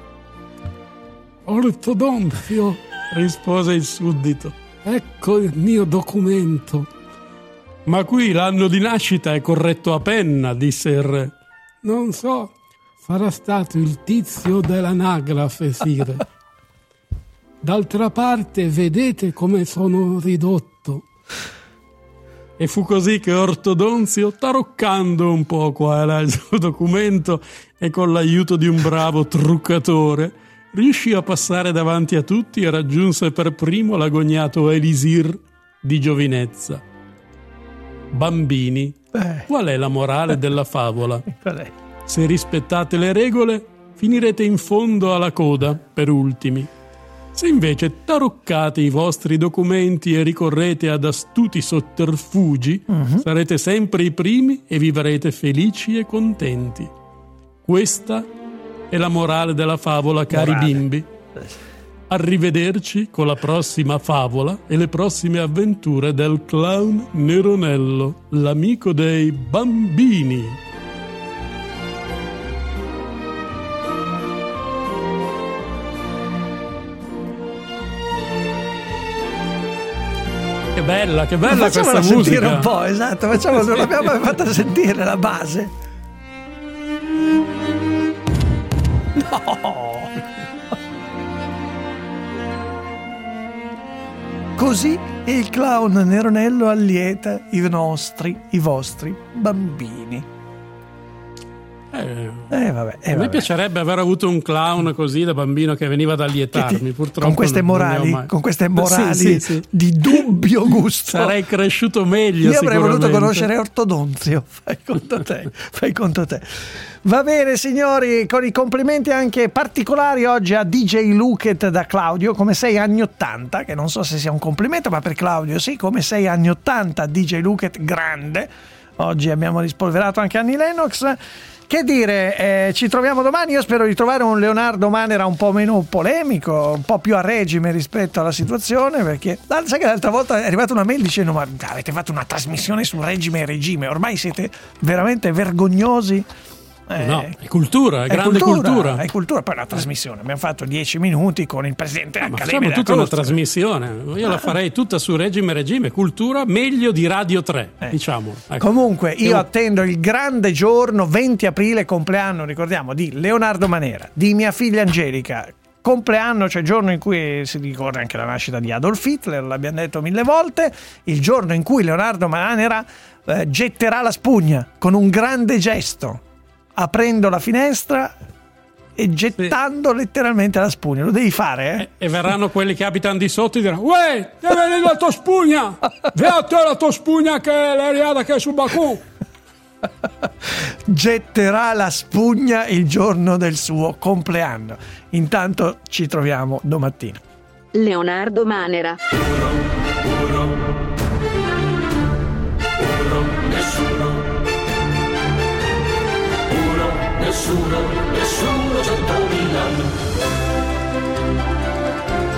Ortodonzio, rispose il suddito. Ecco il mio documento. Ma qui l'anno di nascita è corretto a penna, disse il re. Non so, sarà stato il tizio dell'anagrafe, sire. D'altra parte, vedete come sono ridotto. E fu così che Ortodonzio, taroccando un po' qua e là il suo documento e con l'aiuto di un bravo truccatore, riuscì a passare davanti a tutti e raggiunse per primo l'agognato elisir di giovinezza. Bambini, qual è la morale della favola? Se rispettate le regole, finirete in fondo alla coda per ultimi. Se invece taroccate i vostri documenti e ricorrete ad astuti sotterfugi, sarete sempre i primi e vivrete felici e contenti. Questa è la morale della favola, cari bimbi. Arrivederci con la prossima favola e le prossime avventure del clown Neronello, l'amico dei bambini. Che bella questa musica. Sentire un po', esatto, non l'abbiamo mai fatta sentire la base. No. Così il clown Neronello allieta i vostri bambini. A me piacerebbe aver avuto un clown così da bambino che veniva ad allietarmi, purtroppo con queste morali sì. di dubbio gusto. Sarei cresciuto meglio. Io avrei voluto conoscere Ortodonzio. Fai conto te. Va bene signori, con i complimenti anche particolari oggi a DJ Luket da Claudio, come 6 anni 80, che non so se sia un complimento, ma per Claudio sì, come 6 anni 80, DJ Luket grande. Oggi abbiamo rispolverato anche Annie Lennox. Che dire, ci troviamo domani. Io spero di trovare un Leonardo Manera un po' meno polemico, un po' più a regime rispetto alla situazione, perché sai che l'altra volta è arrivata una mail dicendo: ma avete fatto una trasmissione sul regime e regime, ormai siete veramente vergognosi. No, è cultura, è grande cultura. È cultura, poi la trasmissione. Abbiamo fatto 10 minuti con il presidente dell'Accademia. Facciamo tutta una trasmissione. Io la farei tutta su regime, cultura, meglio di Radio 3, diciamo. Ecco. Comunque, io attendo il grande giorno 20 aprile, compleanno, ricordiamo, di Leonardo Manera, di mia figlia Angelica. Compleanno, cioè il giorno in cui si ricorda anche la nascita di Adolf Hitler, l'abbiamo detto 1000 volte, il giorno in cui Leonardo Manera getterà la spugna con un grande gesto, aprendo la finestra e gettando letteralmente la spugna. Lo devi fare, E verranno quelli che abitano di sotto e diranno: uè, deve venire la tua spugna, viate la tua spugna che è l'eriada che è su Baku. Getterà la spugna il giorno del suo compleanno. Intanto ci troviamo domattina. Leonardo Manera. Nessuno 100.000.